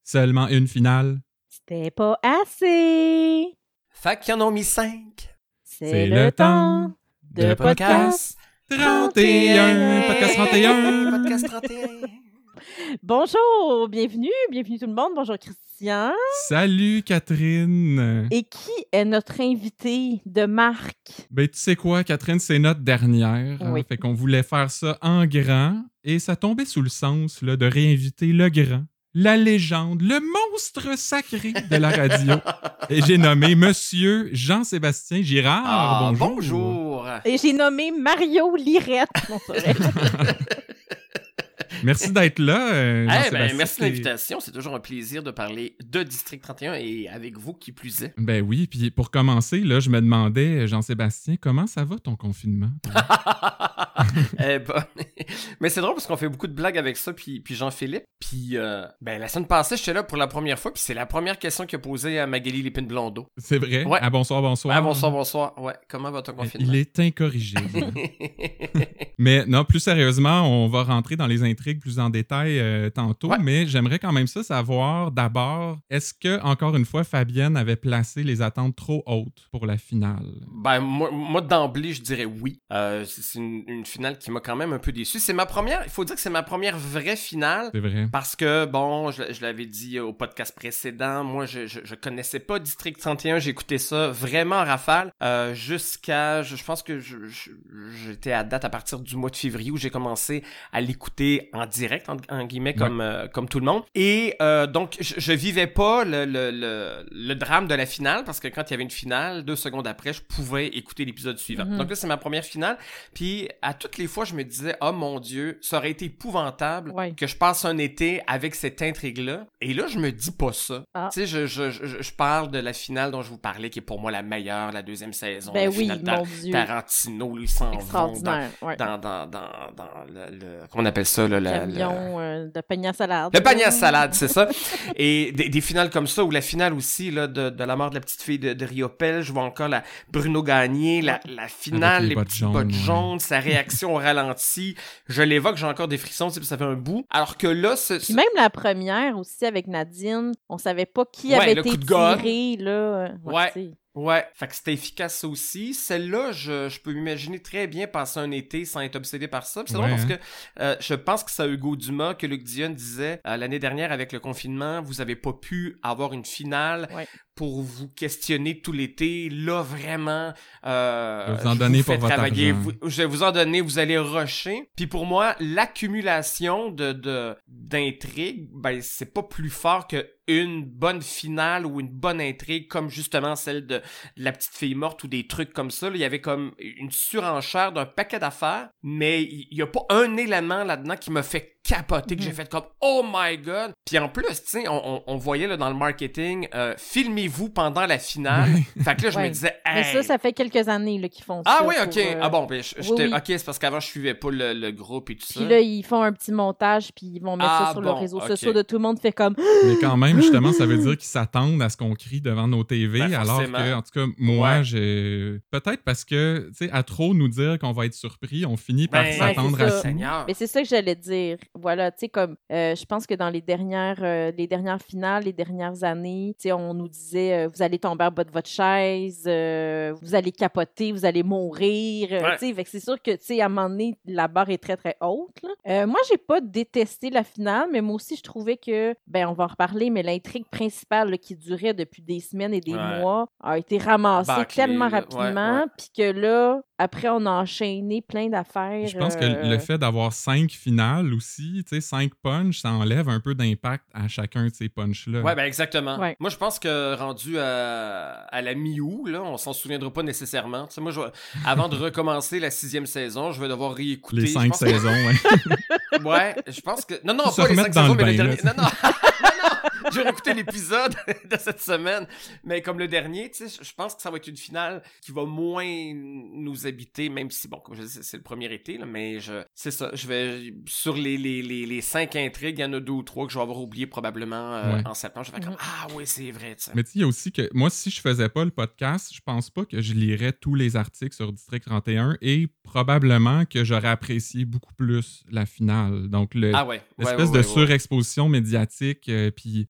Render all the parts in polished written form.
Seulement une finale. C'était pas assez. Fait qu'ils en ont mis 5. C'est le temps de podcast 31. Podcast 31. Podcast 31. Bonjour, bienvenue tout le monde. Bonjour Christian. Salut Catherine. Et qui est notre invité de marque? Ben tu sais quoi, Catherine, c'est notre dernière. Oui. Fait qu'on voulait faire ça en grand et ça tombait sous le sens là, de réinviter le grand, la légende, le monstre sacré de la radio. Et j'ai nommé Monsieur Jean-Sébastien Girard. Bonjour. Bonjour. Et j'ai nommé Mario Lirette. Non, c'est vrai. Merci d'être là, Jean-Sébastien. Merci de l'invitation. C'est toujours un plaisir de parler de District 31 et avec vous qui plus est. Ben oui, puis pour commencer, là, je me demandais, Jean-Sébastien, comment ça va ton confinement? Mais c'est drôle parce qu'on fait beaucoup de blagues avec ça, puis Jean-Philippe. Puis la semaine passée, j'étais là pour la première fois, puis c'est la première question qu'il a posée à Magali Lépine-Blondeau. C'est vrai? Ouais. Ah, bonsoir. Ah, bonsoir. Ouais, comment va ton confinement? Il est incorrigible. Mais non, plus sérieusement, on va rentrer dans les intrigues plus en détail tantôt, mais j'aimerais quand même ça savoir d'abord, est-ce que, encore une fois, Fabienne avait placé les attentes trop hautes pour la finale? Ben, moi d'emblée, je dirais oui. C'est une finale qui m'a quand même un peu déçu. C'est ma première, il faut dire que c'est ma première vraie finale. C'est vrai. Parce que, bon, je l'avais dit au podcast précédent, moi, je connaissais pas District 31, j'écoutais ça vraiment en rafale, jusqu'à, je pense que j'étais à date à partir du mois de février où j'ai commencé à l'écouter en direct, en guillemets, comme tout le monde. Et donc, je vivais pas le drame de la finale, parce que quand il y avait une finale, 2 secondes après, je pouvais écouter l'épisode suivant. Mm-hmm. Donc là, c'est ma première finale. Puis, à toutes les fois, je me disais, oh mon Dieu, ça aurait été épouvantable que je passe un été avec cette intrigue-là. Et là, je me dis pas ça. Ah. Tu sais, je parle de la finale dont je vous parlais, qui est pour moi la meilleure, la 2e saison. Ben la oui, finale mon Dieu. Tarantino, lui, s'en vont Extraordinaire, dans le comment on appelle ça, là, de panier à salade. le panier à salade, c'est ça. Et des finales comme ça, ou la finale aussi là, de la mort de la petite fille de Riopelle, je vois encore la Bruno Gagné, la finale, les petits bottes jaunes, sa réaction au ralenti. Je l'évoque, j'ai encore des frissons, tu sais, puis ça fait un bout. Alors que là, Puis même la première aussi avec Nadine, on savait pas qui avait le été coup de gomme. tiré, là. Ouais, fait que c'était efficace ça aussi. Celle-là, je peux m'imaginer très bien passer un été sans être obsédé par ça. Puis c'est drôle parce que je pense que c'est à Hugo Dumas que Luc Dion disait l'année dernière avec le confinement, vous avez pas pu avoir une finale pour vous questionner tout l'été. Là, vraiment, je vais vous en donner pour votre travailler. argent. Je vais vous en donner, vous allez rusher. Puis pour moi, l'accumulation d'intrigues, ben c'est pas plus fort que une bonne finale ou une bonne intrigue comme justement celle de la petite fille morte ou des trucs comme ça. Là, il y avait comme une surenchère d'un paquet d'affaires, mais il y a pas un élément là-dedans qui me fait capoter, que j'ai fait comme « Oh my God! » Puis en plus, tu sais, on voyait là, dans le marketing « Filmez-vous pendant la finale. » Fait que là, je me disais « Hey! » Mais ça fait quelques années là, qu'ils font Ah ça. oui, OK. Ah bon, ben, oui. OK, c'est parce qu'avant, je suivais pas le groupe et tout ça. Puis là, ils font un petit montage, puis ils vont mettre ça sur leurs réseaux sociaux de tout le monde fait comme... Mais quand même, justement, ça veut dire qu'ils s'attendent à ce qu'on crie devant nos TV, alors que, en tout cas, moi, j'ai... Peut-être parce que, tu sais, à trop nous dire qu'on va être surpris, on finit par s'attendre à ça. Mais c'est ça que j'allais dire. Voilà, tu sais, comme, je pense que dans les dernières finales, les dernières années, tu sais, on nous disait, vous allez tomber en bas de votre chaise, vous allez capoter, vous allez mourir, tu sais, fait que c'est sûr que, tu sais, à un moment donné, la barre est très, très haute, là. Moi, j'ai pas détesté la finale, mais moi aussi, je trouvais que, on va en reparler, mais l'intrigue principale, là, qui durait depuis des semaines et des mois, a été ramassée tellement rapidement, puis que là, après, on a enchaîné plein d'affaires. Je pense que le fait d'avoir 5 finales aussi, tu sais, 5 punchs, ça enlève un peu d'impact à chacun de ces punchs-là. Ouais, ben exactement. Ouais. Moi, je pense que rendu à la mi-août, là, on s'en souviendra pas nécessairement. Tu sais, moi, avant de recommencer la 6e saison, je vais devoir réécouter. Les 5 saisons, ouais. Ouais, je pense que... Non, pas les 5 saisons, mais le dernier... Non. J'ai réécouté l'épisode de cette semaine, mais comme le dernier, tu sais, je pense que ça va être une finale qui va moins nous habiter, même si, bon, comme je dis, c'est le premier été, là, mais c'est ça, je vais, sur les 5 intrigues, il y en a 2 ou 3 que je vais avoir oublié probablement en septembre. Je vais faire comme, ah oui, c'est vrai, tu sais. Mais tu sais, il y a aussi que, moi, si je faisais pas le podcast, je pense pas que je lirais tous les articles sur District 31 et probablement que j'aurais apprécié beaucoup plus la finale. Donc, l'espèce de surexposition médiatique, puis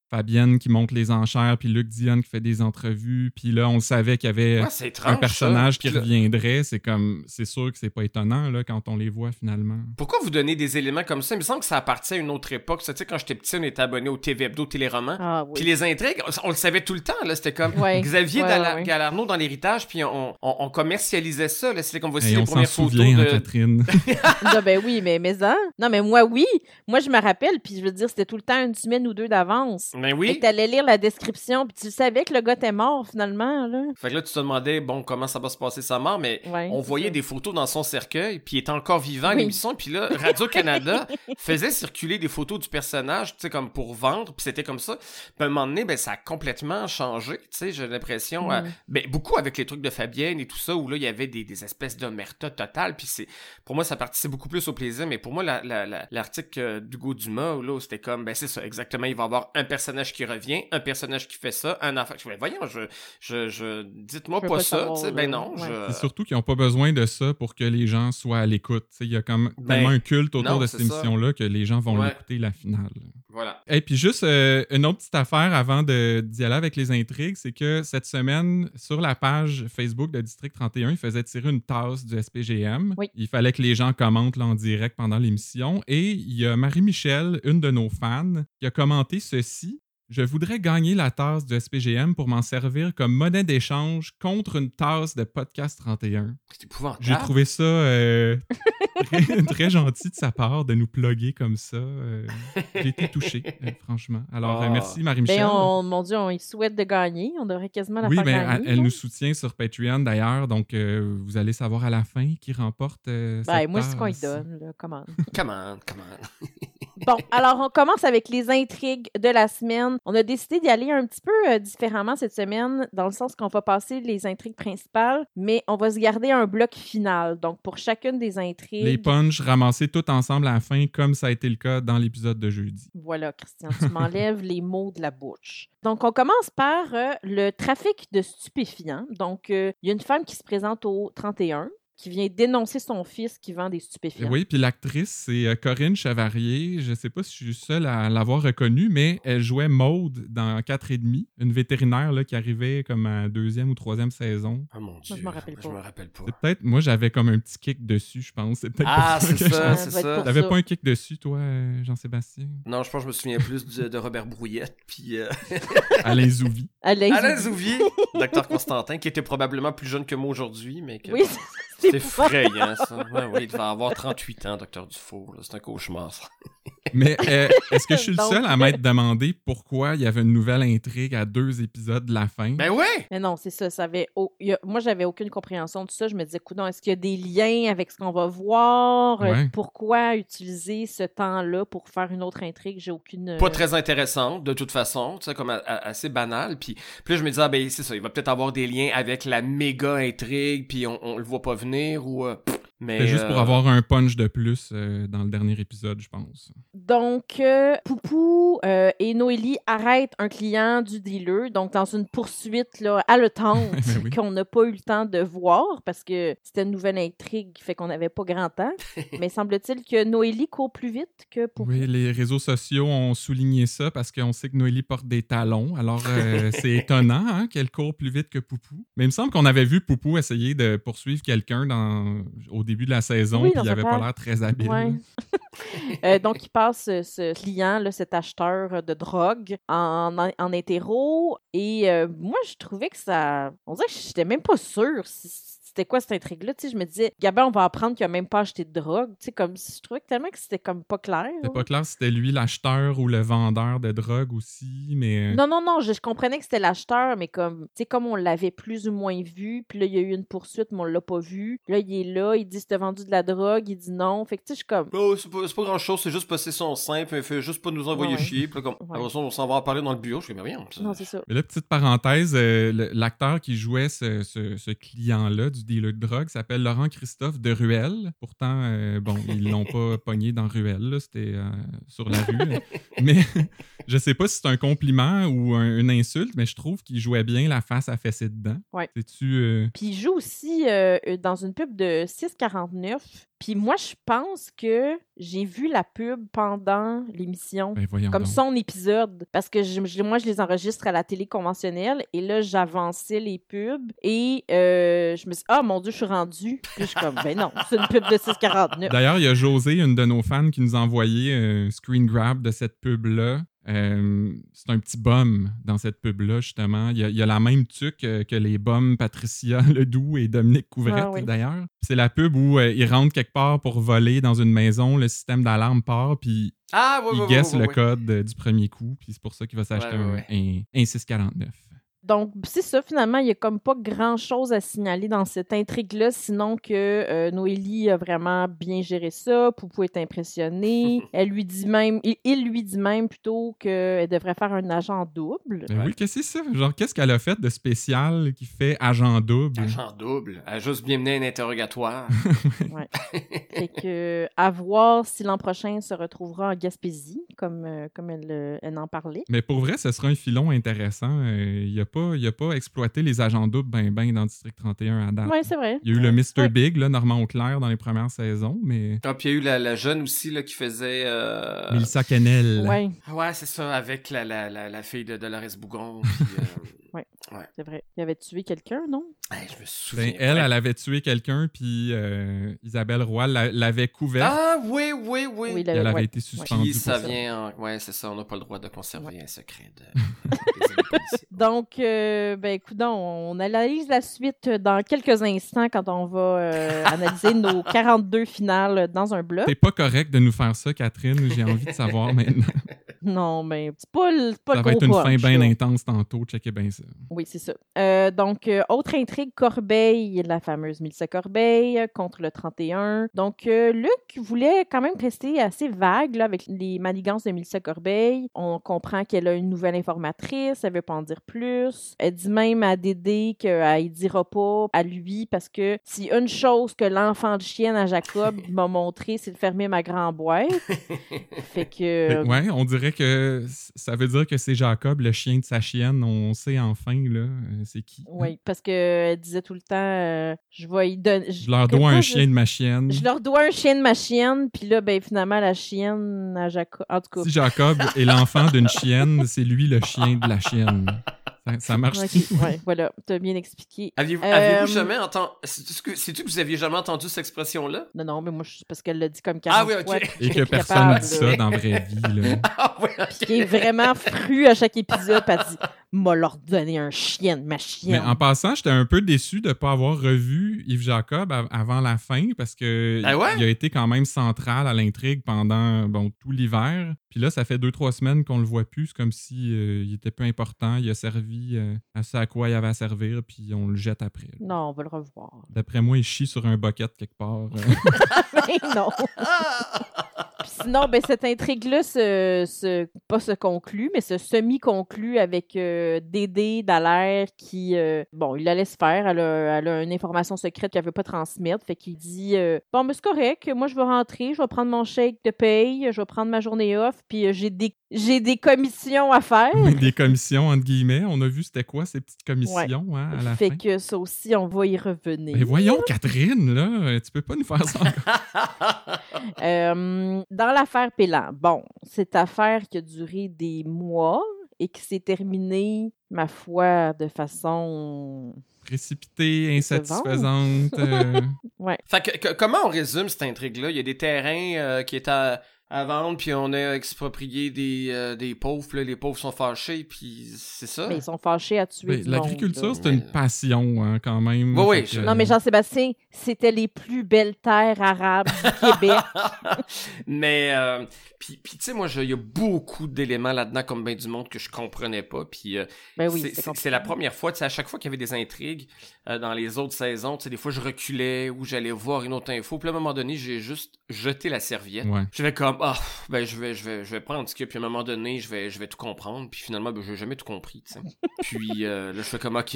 Fabienne qui monte les enchères, puis Luc Dion qui fait des entrevues, puis là, on savait qu'il y avait c'est étrange, un personnage qui ça. reviendrait. C'est sûr que c'est pas étonnant là, quand on les voit finalement. Pourquoi vous donnez des éléments comme ça? Il me semble que ça appartient à une autre époque. Tu sais, quand j'étais petit, on était abonné au TV Hebdo, Téléroman. Ah, oui. Puis les intrigues, on le savait tout le temps. Là. C'était comme Xavier Galarno dans l'héritage, puis on commercialisait ça. Là. C'était comme voici les premières photos de... Catherine. Non, ben oui, mais ça. Non, mais moi, oui. Moi, je me rappelle, puis je veux dire, c'était tout le temps une semaine ou deux d'avance. Mais oui. Fait que t'allais lire la description, puis tu savais que le gars était mort, finalement, là. Fait que là, tu te demandais, bon, comment ça va se passer sa mort, mais on voyait des photos dans son cercueil, puis il était encore vivant à l'émission, puis là, Radio-Canada faisait circuler des photos du personnage, tu sais, comme pour vendre, puis c'était comme ça. Puis à un moment donné, ben, ça a complètement changé, tu sais, j'ai l'impression, ben, beaucoup avec les trucs de Fabienne et tout ça, où là, il y avait des espèces d'omerta totale, puis pour moi, ça participait beaucoup plus au plaisir, mais pour moi, l'article d'Hugo Dumas, où là, c'était comme, ben, c'est ça, exactement, il va y avoir un personnage qui revient, un personnage qui fait ça, un enfant qui fait, voyons, dites-moi pas ça, tu sais, ben non, C'est surtout qu'ils n'ont pas besoin de ça pour que les gens soient à l'écoute, tu sais, il y a comme tellement un culte autour de cette émission-là que les gens vont l'écouter la finale. Voilà. Et puis juste une autre petite affaire avant d'y aller avec les intrigues, c'est que cette semaine, sur la page Facebook de District 31, ils faisaient tirer une tasse du SPGM. Oui. Il fallait que les gens commentent là, en direct pendant l'émission. Et il y a Marie-Michel, une de nos fans, qui a commenté ceci. Je voudrais gagner la tasse du SPGM pour m'en servir comme monnaie d'échange contre une tasse de Podcast 31. C'est épouvantable. J'ai trouvé ça très, très gentil de sa part de nous plugger comme ça. J'ai été touché, franchement. Alors, merci Marie-Michel. Ben, mon Dieu, on y souhaite de gagner. On devrait quasiment la faire gagner. Oui, mais elle nous soutient sur Patreon d'ailleurs, donc vous allez savoir à la fin qui remporte cette moi, tasse. c'est ce qu'on y donne, là. Come on. Bon, alors on commence avec les intrigues de la semaine. On a décidé d'y aller un petit peu différemment cette semaine, dans le sens qu'on va passer les intrigues principales, mais on va se garder un bloc final. Donc, pour chacune des intrigues... Les punchs ramassés tout ensemble à la fin, comme ça a été le cas dans l'épisode de jeudi. Voilà, Christian, tu m'enlèves les mots de la bouche. Donc, on commence par le trafic de stupéfiants. Donc, il y a une femme qui se présente au 31, qui vient dénoncer son fils qui vend des stupéfiants. Oui, puis l'actrice, c'est Corinne Chavarier. Je ne sais pas si je suis seul à l'avoir reconnue, mais elle jouait Maude dans 4,5, une vétérinaire là, qui arrivait comme à 2e ou 3e saison. Oh mon Dieu, moi, je me rappelle pas. C'est peut-être, moi, j'avais comme un petit kick dessus, je pense. C'est peut-être c'est ça. T'avais pas un kick dessus, toi, Jean-Sébastien? Non, je pense que je me souviens plus de Robert Brouillette, puis... Alain Zouvi. Alain Zouvi, Dr Constantin, qui était probablement plus jeune que moi aujourd'hui, mais que... Oui, c'est effrayant, ça. Oui, il devait avoir 38 ans, Docteur Dufour. C'est un cauchemar, ça. Mais est-ce que je suis le seul à m'être demandé pourquoi il y avait une nouvelle intrigue à 2 épisodes de la fin? Ben ouais! Mais non, c'est ça. Moi, j'avais aucune compréhension de ça. Je me disais, coudonc, est-ce qu'il y a des liens avec ce qu'on va voir? Ouais. Pourquoi utiliser ce temps-là pour faire une autre intrigue? J'ai aucune... Pas très intéressante, de toute façon. Tu sais, comme assez banal. Puis là, je me disais, ben c'est ça, il va peut-être avoir des liens avec la méga intrigue, puis on le voit pas venir, ou... C'est juste pour avoir un punch de plus dans le dernier épisode, je pense. Donc, Poupou et Noélie arrêtent un client du dealer, donc dans une poursuite là, haletante Oui. qu'on n'a pas eu le temps de voir parce que c'était une nouvelle intrigue, fait qu'on n'avait pas grand temps. Mais semble-t-il que Noélie court plus vite que Poupou. Oui, les réseaux sociaux ont souligné ça parce qu'on sait que Noélie porte des talons. Alors, c'est étonnant qu'elle court plus vite que Poupou. Mais il me semble qu'on avait vu Poupou essayer de poursuivre quelqu'un au début de la saison, puis il n'avait pas l'air très habile. Ouais. Donc, il passe ce client, là, cet acheteur de drogue en hétéro. Et moi, je trouvais que ça... On dirait que j'étais même pas sûre c'était quoi cette intrigue-là. Tu sais, je me disais, Gabin, on va apprendre qu'il a même pas acheté de drogue. Tu sais, comme, je trouvais tellement que c'était comme pas clair. C'était pas clair si c'était lui l'acheteur ou le vendeur de drogue aussi, mais... Non, je comprenais que c'était l'acheteur, mais comme, tu sais, comme on l'avait plus ou moins vu, puis là, il y a eu une poursuite, mais on l'a pas vu. Là, il est là, il dit, t'as vendu de la drogue, il dit non. Fait que, tu sais, je suis comme... Oh, c'est pas grand-chose, c'est juste passer son simple, il fait juste pas nous envoyer chier, puis là, comme, après ça, on s'en va en parler dans le bureau, je suis comme, rien. Non, c'est ça. Mais là, petite parenthèse, l'acteur qui jouait ce client-là du dealer de drogue s'appelle Laurent-Christophe de Ruelle. Pourtant, ils l'ont pas pogné dans Ruelle, là, c'était sur la rue. Mais je sais pas si c'est un compliment ou une insulte, mais je trouve qu'il jouait bien la face à fesser dedans. Ouais. Sais-tu... Puis il joue aussi dans une pub de 6,49 Puis moi, je pense que j'ai vu la pub pendant l'émission. Ben voyons Comme donc. son épisode. Parce que moi, je les enregistre à la télé conventionnelle. Et là, j'avançais les pubs. Et je me suis dit, ah mon Dieu, je suis rendue. Puis je suis comme, ben non, c'est une pub de 6,49. D'ailleurs, il y a José, une de nos fans, qui nous a envoyé un screen grab de cette pub-là. C'est un petit bum dans cette pub-là, justement. Il y a la même tuque que les bums Patricia Ledoux et Dominique Couvrette, Ah oui. d'ailleurs. C'est la pub où ils rentrent quelque part pour voler dans une maison, le système d'alarme part, puis ils guessent le code du premier coup, puis c'est pour ça qu'il va s'acheter un 6,49. Donc, c'est ça, finalement, il n'y a comme pas grand-chose à signaler dans cette intrigue-là, sinon que Noélie a vraiment bien géré ça, Poupou est impressionné, il lui dit même plutôt qu'elle devrait faire un agent double. Ben oui, qu'est-ce que c'est ça? Genre, qu'est-ce qu'elle a fait de spécial qui fait agent double? Agent double? Elle a juste bien mené un interrogatoire. Ouais. Fait que, à voir si l'an prochain elle se retrouvera en Gaspésie, comme elle en parlait. Mais pour vrai, ce sera un filon intéressant. Il n'y a pas exploité les agents doubles ben dans District 31 à date. Oui, c'est vrai. Il y a eu le Mr. Big, là, Normand Auclair, dans les premières saisons, mais... Ah, puis il y a eu la jeune aussi là, qui faisait... Mélissa Kennel. Ouais. Ouais, c'est ça, avec la fille de Dolores Bougon. Puis, ouais, ouais, c'est vrai. Il avait tué quelqu'un, non? Je me souviens. Ben, elle avait tué quelqu'un, puis Isabelle Roy l'avait couverte. Ah, oui. Elle avait été suspendue. Puis ça vient... Ouais, c'est ça, on n'a pas le droit de conserver un secret des policiers. Donc, coudonc, on analyse la suite dans quelques instants quand on va analyser nos 42 finales dans un bloc. C'est pas correct de nous faire ça, Catherine. J'ai envie de savoir maintenant. Non, mais c'est pas le Ça va être une fin bien intense tantôt. Checkez bien ça. Oui, c'est ça. Donc, autre intrigue, Corbeil, la fameuse Mélissa Corbeil contre le 31. Donc, Luc voulait quand même rester assez vague là, avec les manigances de Mélissa Corbeil. On comprend qu'elle a une nouvelle informatrice, elle veut pas en dire plus. Elle dit même à Dédé qu'elle ne dira pas à lui parce que si une chose que l'enfant de chienne à Jacob m'a montré, c'est de fermer ma grande boîte. Fait que... Ouais, on dirait que ça veut dire que c'est Jacob, le chien de sa chienne. On sait enfin, là, c'est qui. Oui, parce qu'elle disait tout le temps, je vais y donner... Je leur dois un chien de ma chienne. Je leur dois un chien de ma chienne, puis là, ben finalement, la chienne à Jacob... En tout cas... Si Jacob est l'enfant d'une chienne, c'est lui le chien de la chienne. Ça marche. Okay, ouais, voilà, t'as bien expliqué. Aviez-vous jamais entendu... C'est-tu que vous aviez jamais entendu cette expression-là? Non, mais moi, parce qu'elle l'a dit comme 40 fois. Et que personne ne dit ça dans la vraie vie. Là. Ah oui, ok. Puis qui est vraiment fru à chaque épisode, puis elle dit « m'a leur donné un chien de ma chienne. » Mais en passant, j'étais un peu déçu de ne pas avoir revu Yves Jacob avant la fin, parce que il a été quand même central à l'intrigue pendant tout l'hiver. Puis là, ça fait 2-3 semaines qu'on le voit plus. C'est comme si il était peu important. Il a servi à ce à quoi il avait à servir, puis on le jette après. Là. Non, on va le revoir. D'après moi, il chie sur un bucket quelque part. Mais non! Puis sinon, ben, cette intrigue-là pas se conclut, mais se semi-conclut avec Dédé Dallaire qui, il la laisse faire. Elle a une information secrète qu'elle veut pas transmettre. Fait qu'il dit bon, mais c'est correct, moi je vais rentrer, je vais prendre mon chèque de paye, je vais prendre ma journée off, puis j'ai des commissions à faire. Des commissions, entre guillemets. On a vu c'était quoi ces petites commissions à la fin. Fait que ça aussi, on va y revenir. Mais voyons, Catherine, là, tu peux pas nous faire ça encore. Dans l'affaire Pélan, cette affaire qui a duré des mois et qui s'est terminée, ma foi, de façon... précipitée, insatisfaisante. Ouais. Fait que comment on résume cette intrigue-là? Il y a des terrains qui étaient à vendre, puis on a exproprié des pauvres, là, les pauvres sont fâchés, puis c'est ça? Mais ils sont fâchés à tuer du monde. L'agriculture, c'est une passion, quand même. Oui. Non, mais Jean-Sébastien, c'était les plus belles terres arabes du Québec. Mais, puis tu sais, moi, il y a beaucoup d'éléments là-dedans, comme ben du monde, que je comprenais pas, puis c'est la première fois, tu sais, à chaque fois qu'il y avait des intrigues dans les autres saisons, tu sais, des fois, je reculais ou j'allais voir une autre info, puis à un moment donné, j'ai juste jeté la serviette. Ouais. Je vais comme, je vais prendre ce qu'il y a, puis à un moment donné, je vais tout comprendre, puis finalement, j'ai jamais tout compris, tu sais. Puis là, je fais comme, ok,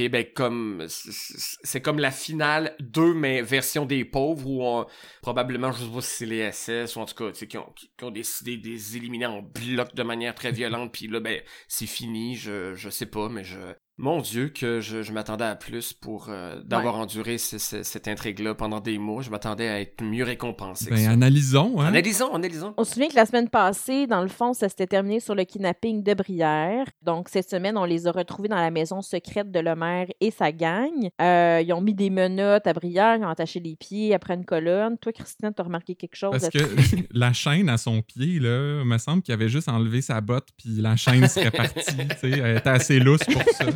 c'est comme la finale 2, mais version des pauvres, où probablement, je sais pas si c'est les SS, ou en tout cas, tu sais, qui ont décidé de les éliminer en bloc de manière très violente, puis là, c'est fini, je sais pas, mais Mon Dieu, que je m'attendais à plus pour d'avoir enduré cette intrigue-là pendant des mois. Je m'attendais à être mieux récompensé que ça. Analysons, hein? Analysons. On se souvient que la semaine passée, dans le fond, ça s'était terminé sur le kidnapping de Brière. Donc, cette semaine, on les a retrouvés dans la maison secrète de Lemaire et sa gang. Ils ont mis des menottes à Brière, ils ont attaché les pieds après une colonne. Toi, Christian, t'as remarqué quelque chose? Parce que la chaîne à son pied, là, me semble qu'il avait juste enlevé sa botte, puis la chaîne serait partie. Elle était assez lousse pour ça.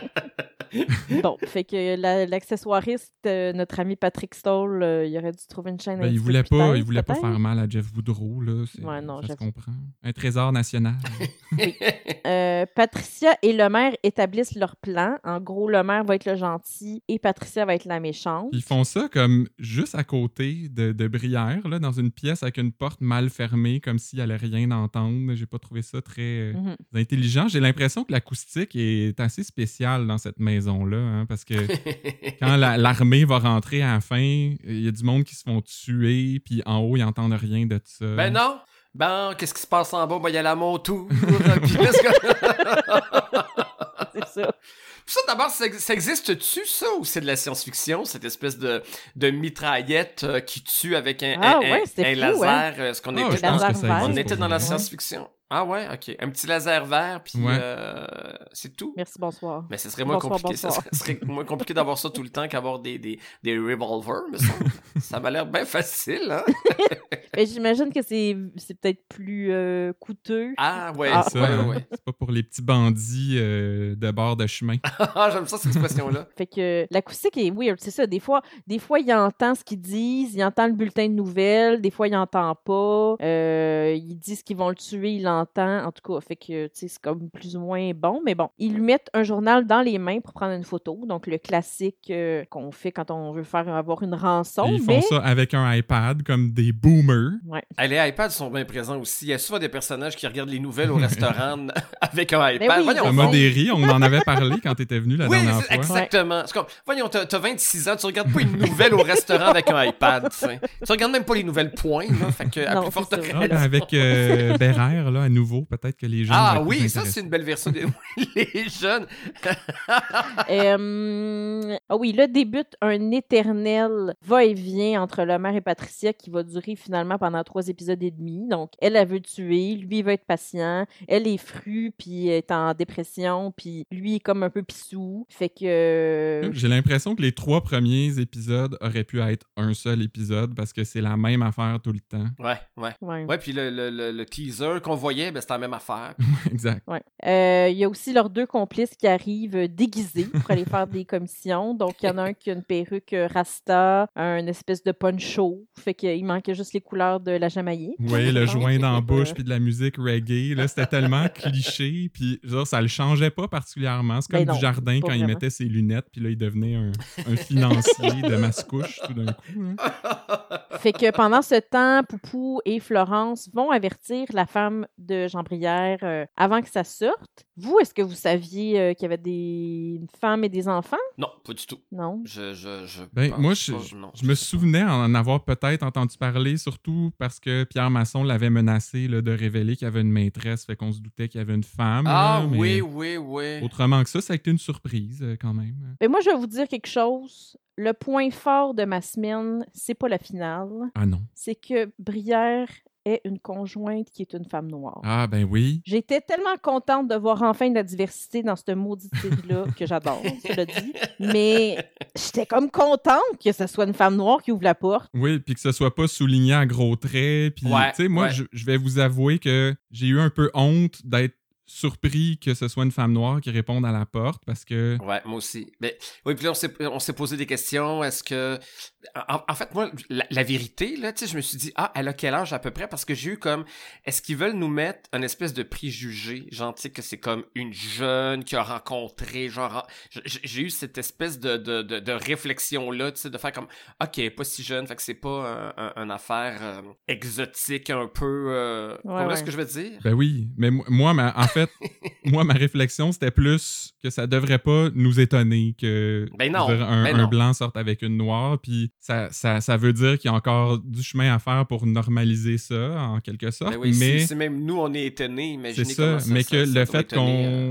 Bon, fait que l'accessoiriste, notre ami Patrick Stoll, il aurait dû trouver une chaîne il voulait pas faire mal à Jeff Woodrow, là. Ça se comprend. Un trésor national. Oui. Patricia et Lemaire établissent leur plan. En gros, Lemaire va être le gentil et Patricia va être la méchante. Ils font ça comme juste à côté de Brière, là, dans une pièce avec une porte mal fermée, comme s'il allait rien entendre. J'ai pas trouvé ça très intelligent. J'ai l'impression que l'acoustique est assez spéciale dans cette maison-là, hein, parce que quand l'armée va rentrer à la fin, il y a du monde qui se font tuer, puis en haut, ils n'entendent rien de ça. Ben non! Ben, qu'est-ce qui se passe en bas? Ben, il y a la montour. Puis là, c'est ça. Puis ça, d'abord, ça existe-tu, ça, ou c'est de la science-fiction, cette espèce de mitraillette qui tue avec un laser? Hein? Est-ce qu'on était dans la science-fiction? Ah ouais, ok. Un petit laser vert, puis c'est tout. Merci, bonsoir. Mais ce serait moins compliqué. Bonsoir. Ça serait moins compliqué d'avoir ça tout le temps qu'avoir des revolvers, me semble. Ça m'a l'air bien facile, hein? Mais j'imagine que c'est peut-être plus coûteux. Ah ouais, c'est ça. Ouais. C'est pas pour les petits bandits de bord de chemin. Ah, j'aime ça, cette expression-là. Fait que l'acoustique est weird, c'est ça. Des fois, il entend ce qu'ils disent, il entend le bulletin de nouvelles, des fois, il entend pas. Ils disent qu'ils vont le tuer, il l'entend. En tout cas, fait que, tu sais, c'est comme plus ou moins bon. Mais bon, ils lui mettent un journal dans les mains pour prendre une photo. Donc, le classique qu'on fait quand on veut avoir une rançon. Et ils font ça avec un iPad, comme des boomers. Ouais. Les iPads sont bien présents aussi. Il y a souvent des personnages qui regardent les nouvelles au restaurant avec un iPad. Oui, voyons, modéré, on en avait parlé quand tu étais venu la dernière fois. Exactement. C'est comme, voyons, t'as 26 ans, tu regardes pas une nouvelle au restaurant avec un iPad. Fin. Tu regardes même pas les nouvelles points. Là, fait que, à plus forte raison. Avec Bérère, là, à nouveau, peut-être que les jeunes. Ah oui, ça, c'est une belle version des les jeunes. Ah oui, là débute un éternel va-et-vient entre Lemaire et Patricia qui va durer finalement pendant 3 épisodes et demi. Donc, elle veut tuer, lui, il veut être patient. Elle est frue, puis est en dépression, puis lui est comme un peu pissou. Fait que... J'ai l'impression que les 3 premiers épisodes auraient pu être un seul épisode parce que c'est la même affaire tout le temps. Ouais, puis le teaser qu'on voyait, ben, c'était la même affaire. Exact. Ouais. Il y a aussi leurs 2 complices qui arrivent déguisés pour aller faire des commissions. Donc, il y en a un qui a une perruque rasta, un espèce de poncho. Fait qu'il manquait juste les couleurs de la Jamaïque. Oui, le joint dans la bouche puis de la musique reggae. Là, c'était tellement cliché. Puis, genre, ça le changeait pas particulièrement. C'est comme Dujardin quand il mettait ses lunettes. Puis là, il devenait un financier de Mascouche tout d'un coup. Hein. Fait que pendant ce temps, Poupou et Florence vont avertir la femme de Jean Brière avant que ça sorte. Vous, est-ce que vous saviez qu'il y avait une femme et des enfants? Non, pas du tout. Non? Moi, je me souvenais en avoir peut-être entendu parler, surtout parce que Pierre Masson l'avait menacé là, de révéler qu'il y avait une maîtresse, fait qu'on se doutait qu'il y avait une femme. Ah là, oui. Autrement que ça a été une surprise quand même. Ben moi, je vais vous dire quelque chose. Le point fort de ma semaine, c'est pas la finale. Ah non. C'est que Brière est une conjointe qui est une femme noire. Ah ben oui. J'étais tellement contente de voir enfin de la diversité dans cette maudite série-là que j'adore, cela dit. Mais j'étais comme contente que ce soit une femme noire qui ouvre la porte. Oui, puis que ce soit pas souligné à gros traits. Puis, tu sais, moi, je vais vous avouer que j'ai eu un peu honte d'être surpris que ce soit une femme noire qui réponde à la porte parce que... Ouais, moi aussi. Mais, oui, puis là, on s'est posé des questions. Est-ce que... En fait, moi, la vérité, là, tu sais, je me suis dit, elle a quel âge à peu près? Parce que j'ai eu comme... Est-ce qu'ils veulent nous mettre un espèce de préjugé? Genre, tu sais, que c'est comme une jeune qui a rencontré, genre... J'ai eu cette espèce de réflexion-là, tu sais, de faire comme, OK, pas si jeune, fait que c'est pas une affaire exotique un peu... Comment ce que je veux dire? Ben oui, mais moi, en fait, ma réflexion, c'était plus que ça devrait pas nous étonner que un blanc sorte avec une noire, puis ça veut dire qu'il y a encore du chemin à faire pour normaliser ça, en quelque sorte. Ben oui, mais si même nous, on est étonnés, imaginez c'est ça, comment ça mais que ça le fait qu'on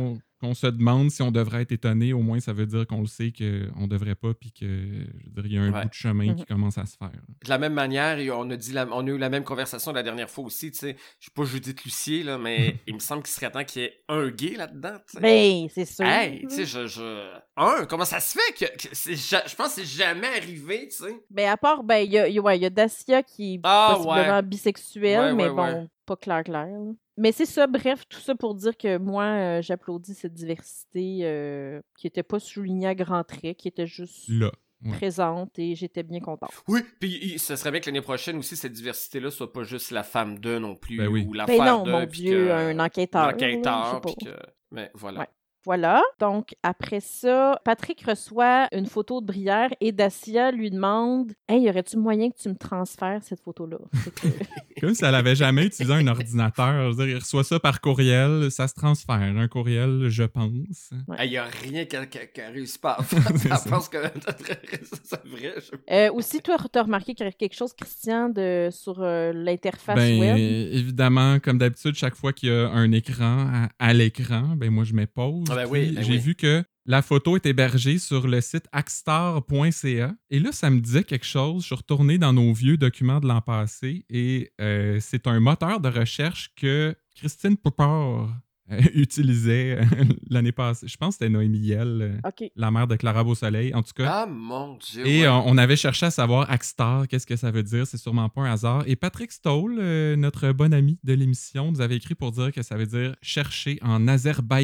qu'on se demande si on devrait être étonné, au moins ça veut dire qu'on le sait qu'on devrait pas, puis que, je veux dire, il y a un bout de chemin qui commence à se faire. De la même manière, on a eu la même conversation la dernière fois aussi, tu sais. Je suis pas Judith Lucier, là, mais il me semble qu'il serait temps qu'il y ait un gay là-dedans, tu sais. Ben, c'est sûr. Hey, tu sais, comment ça se fait que je pense que c'est jamais arrivé, tu sais. Ben, à part, ben, il y a Dacia qui est possiblement bisexuelle, mais bon, pas clair. Là. Mais c'est ça, bref, tout ça pour dire que moi, j'applaudis cette diversité qui était pas soulignée à grands traits, qui était juste là. Présente et j'étais bien contente. Oui, puis ce serait bien que l'année prochaine aussi, cette diversité-là soit pas juste la femme d'eux non plus, ou la ben femme non, d'eux. Mon Dieu, un enquêteur. Mais voilà. Ouais. Voilà. Donc, après ça, Patrick reçoit une photo de Brière et Dacia lui demande « Hey, y aurait-tu moyen que tu me transfères cette photo-là? » Comme si elle n'avait jamais utilisé un ordinateur. Je veux dire, il reçoit ça par courriel, ça se transfère. Un courriel, je pense. Il n'y a rien qu'elle réussit pas à faire. Je pense que c'est vrai. Aussi, toi, tu as remarqué qu'il y a quelque chose, Christian, sur l'interface web? Évidemment, comme d'habitude, chaque fois qu'il y a un écran à l'écran, moi, je mets pause. J'ai vu que la photo est hébergée sur le site axstar.ca. Et là, ça me disait quelque chose. Je suis retourné dans nos vieux documents de l'an passé et c'est un moteur de recherche que Christine Poupard utilisait l'année passée. Je pense que c'était Noémie Hiel, la mère de Clara Beausoleil, en tout cas. Ah, mon Dieu! Et on avait cherché à savoir Axstar, qu'est-ce que ça veut dire? C'est sûrement pas un hasard. Et Patrick Stoll, notre bon ami de l'émission, nous avait écrit pour dire que ça veut dire « chercher en azerbaïdjani ».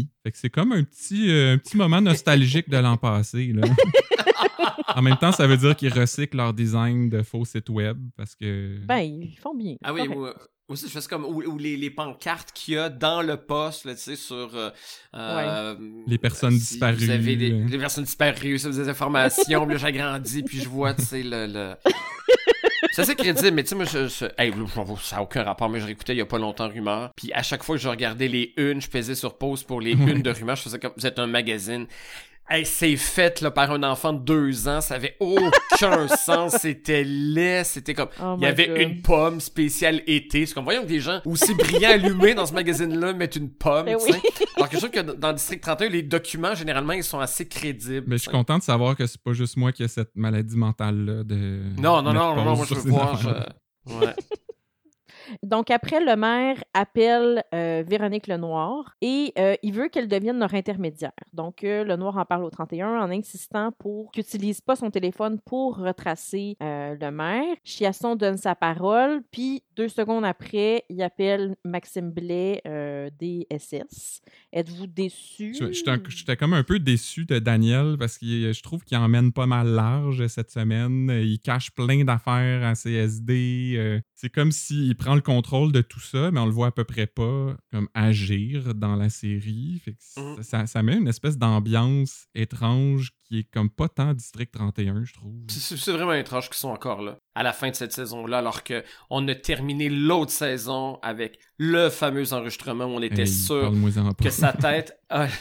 Fait que c'est comme un petit moment nostalgique de l'an passé, là. En même temps, ça veut dire qu'ils recyclent leur design de faux sites web, parce que... ils font bien. Ah oui, moi aussi, je fais comme ou les pancartes qu'il y a dans le poste, tu sais, sur... les personnes disparues. Vous avez les personnes disparues, ça, des informations, puis là, j'agrandis, puis je vois, tu sais, le... C'est assez crédible, mais tu sais, moi, ça n'a aucun rapport, mais je réécoutais il y a pas longtemps Rumeur, puis à chaque fois que je regardais les unes, je pesais sur pause pour les unes de Rumeur, je faisais comme, vous êtes un magazine. Hey, c'est fait là, par un enfant de 2 ans, ça avait aucun sens, c'était laid, c'était comme... il y avait une pomme spéciale été, c'est comme, voyons que des gens aussi brillants allumés dans ce magazine-là mettent une pomme, tu sais. Alors que je trouve que dans District 31, les documents, généralement, ils sont assez crédibles. Mais je suis content de savoir que c'est pas juste moi qui ai cette maladie mentale-là de... Non, moi je veux voir, Ouais. Donc, après, le maire appelle Véronique Lenoir et il veut qu'elle devienne leur intermédiaire. Donc, Lenoir en parle au 31 en insistant pour qu'il n'utilise pas son téléphone pour retracer le maire. Chiasson donne sa parole, puis 2 secondes après, il appelle Maxime Blais des SS. Êtes-vous déçu? J'étais comme un peu déçu de Daniel parce que je trouve qu'il emmène pas mal large cette semaine. Il cache plein d'affaires à CSD. C'est comme s'il prend le contrôle de tout ça, mais on le voit à peu près pas comme agir dans la série. Fait que ça met une espèce d'ambiance étrange qui est comme pas tant District 31, je trouve. C'est vraiment étrange qu'ils sont encore là à la fin de cette saison-là, alors qu'on a terminé l'autre saison avec le fameux enregistrement où on était sûr que sa tête...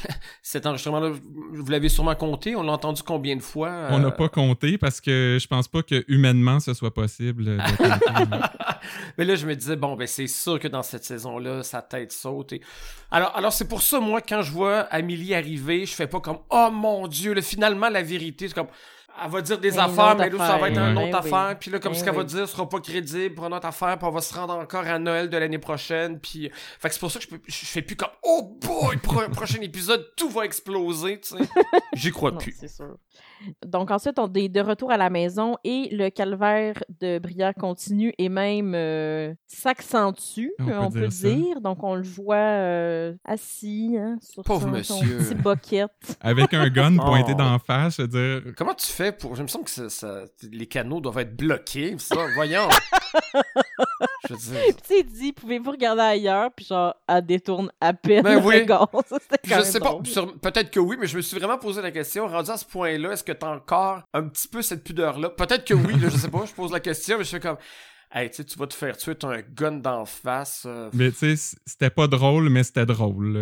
cet enregistrement-là, vous l'avez sûrement compté, on l'a entendu combien de fois? On n'a pas compté parce que je pense pas que humainement ce soit possible de compter. Mais là, je me disais, bon, ben c'est sûr que dans cette saison-là, sa tête saute. Alors c'est pour ça, moi, quand je vois Amélie arriver, je fais pas comme, oh mon Dieu, là, finalement, la vérité, c'est comme... Elle va dire des affaires, mais là, ça va être une autre affaire. Puis là, comme ce qu'elle va dire sera pas crédible pour une autre affaire. Puis on va se rendre encore à Noël de l'année prochaine. Puis, fait que c'est pour ça que je fais plus comme, oh boy, prochain épisode, tout va exploser, tu sais. J'y crois plus. C'est sûr. Donc ensuite, on est de retour à la maison et le calvaire de Brière continue et même s'accentue, on peut dire. Donc on le voit assis sur son petit boquette. Avec un gun pointé d'en face, je veux dire... Comment tu fais pour... Je me sens que les canaux doivent être bloqués, ça, voyons. Je veux dire... Tu sais, il dit, pouvez-vous regarder ailleurs? Puis genre, elle détourne à peine le regard. Je sais pas, peut-être que oui, mais je me suis vraiment posé la question, rendu à ce point-là, est-ce que t'as encore un petit peu cette pudeur-là? Peut-être que oui, là, je sais pas, je pose la question, mais je fais comme... Hey, tu sais, tu vas te faire tuer, t'as un gun d'en face. Mais tu sais, c'était pas drôle, mais c'était drôle.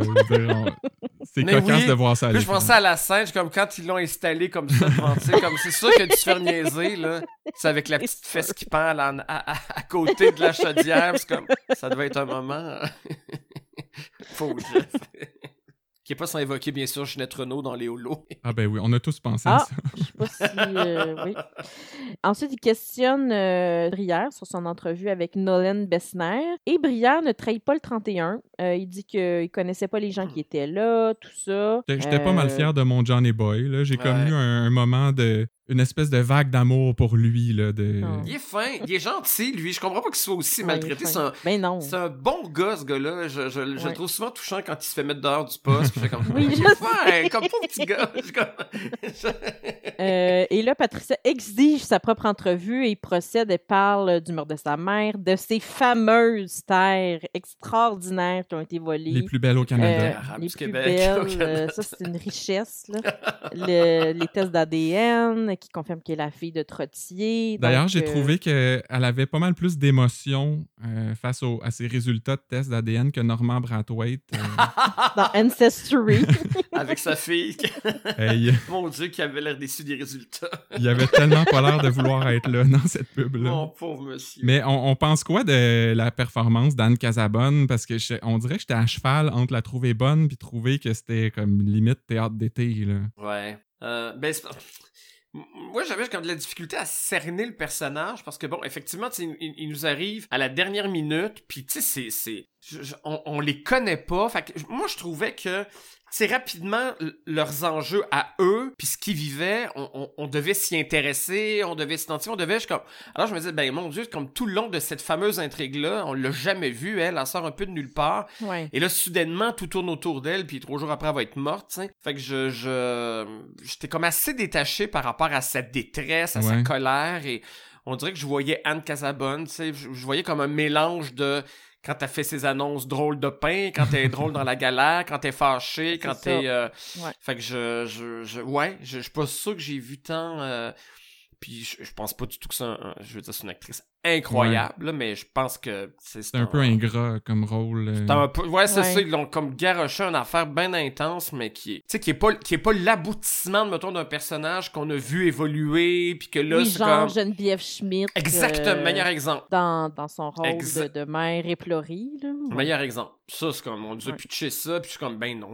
C'est cocasse de voir ça à l'écran. Je pensais à la scène, comme quand ils l'ont installé comme ça devant, tu sais, comme c'est sûr que tu te fais niaiser, là. C'est avec la petite fesse qui pend à côté de la chaudière, c'est comme, ça devait être un moment. Faux, qui est pas sans évoquer, bien sûr, Ginette Renault dans Léo Lo. Ah ben oui, on a tous pensé à ça. Je sais pas si... oui. Ensuite, il questionne Brière sur son entrevue avec Nolan Bessner. Et Brière ne trahit pas le 31. Il dit qu'il connaissait pas les gens qui étaient là, tout ça. J'étais pas mal fier de mon Johnny Boy. Là. J'ai comme eu un moment de... Une espèce de vague d'amour pour lui. Là, de... Il est fin, il est gentil, lui. Je comprends pas qu'il soit aussi maltraité. C'est un bon gars, ce gars-là. Je le trouve souvent touchant quand il se fait mettre dehors du poste. Puis je fais comme... Oui, il est fin, comme pauvre petit gars. Et là, Patricia exige sa propre entrevue et procède et parle du meurtre de sa mère, de ces fameuses terres extraordinaires qui ont été volées. Les plus belles au Canada. Les plus belles. Ça, c'est une richesse. Là. Les tests d'ADN qui confirment qu'elle est la fille de Trottier. D'ailleurs, j'ai trouvé qu'elle avait pas mal plus d'émotions face à ses résultats de tests d'ADN que Norman Brathwaite. Dans Ancestry. Avec sa fille. Hey. Mon Dieu, qui avait l'air déçu des résultats. Il avait tellement pas l'air de vouloir être là dans cette pub-là. Mon pauvre monsieur. Mais on pense quoi de la performance d'Anne Casabonne? Parce que on dirait que j'étais à cheval entre la trouver bonne puis trouver que c'était comme limite théâtre d'été. Là. Ouais. Moi, j'avais comme de la difficulté à cerner le personnage parce que, bon, effectivement, il nous arrive à la dernière minute, puis tu sais, on les connaît pas. Fait que moi, je trouvais que c'est rapidement leurs enjeux à eux, puis ce qu'ils vivaient, on devait s'y intéresser, on devait s'identifier, Alors je me disais, ben mon Dieu, comme tout le long de cette fameuse intrigue-là, on l'a jamais vue, elle sort un peu de nulle part. Ouais. Et là, soudainement, tout tourne autour d'elle, puis 3 jours après, elle va être morte, tu sais. Fait que j'étais comme assez détaché par rapport à sa détresse, à sa colère, et on dirait que je voyais Anne Casabonne, tu sais, je voyais comme un mélange de... Quand elle fait ses annonces drôles de pain, quand elle est drôle dans la galère, quand elle est fâchée, quand elle est... Fait que je suis pas sûr que j'ai vu tant... Puis je pense pas du tout que c'est c'est une actrice incroyable, là, mais je pense que c'est un peu ingrat comme rôle. C'est ça, ils l'ont comme garoché une affaire bien intense, mais qui est pas l'aboutissement, mettons, d'un personnage qu'on a vu évoluer, puis que là, oui, c'est genre comme... Geneviève Schmidt. Exactement, meilleur exemple. Dans son rôle de mère éplorée, là. Ouais. Meilleur exemple. Ça, c'est comme, on nous a pitché ça, puis je suis comme, ben non,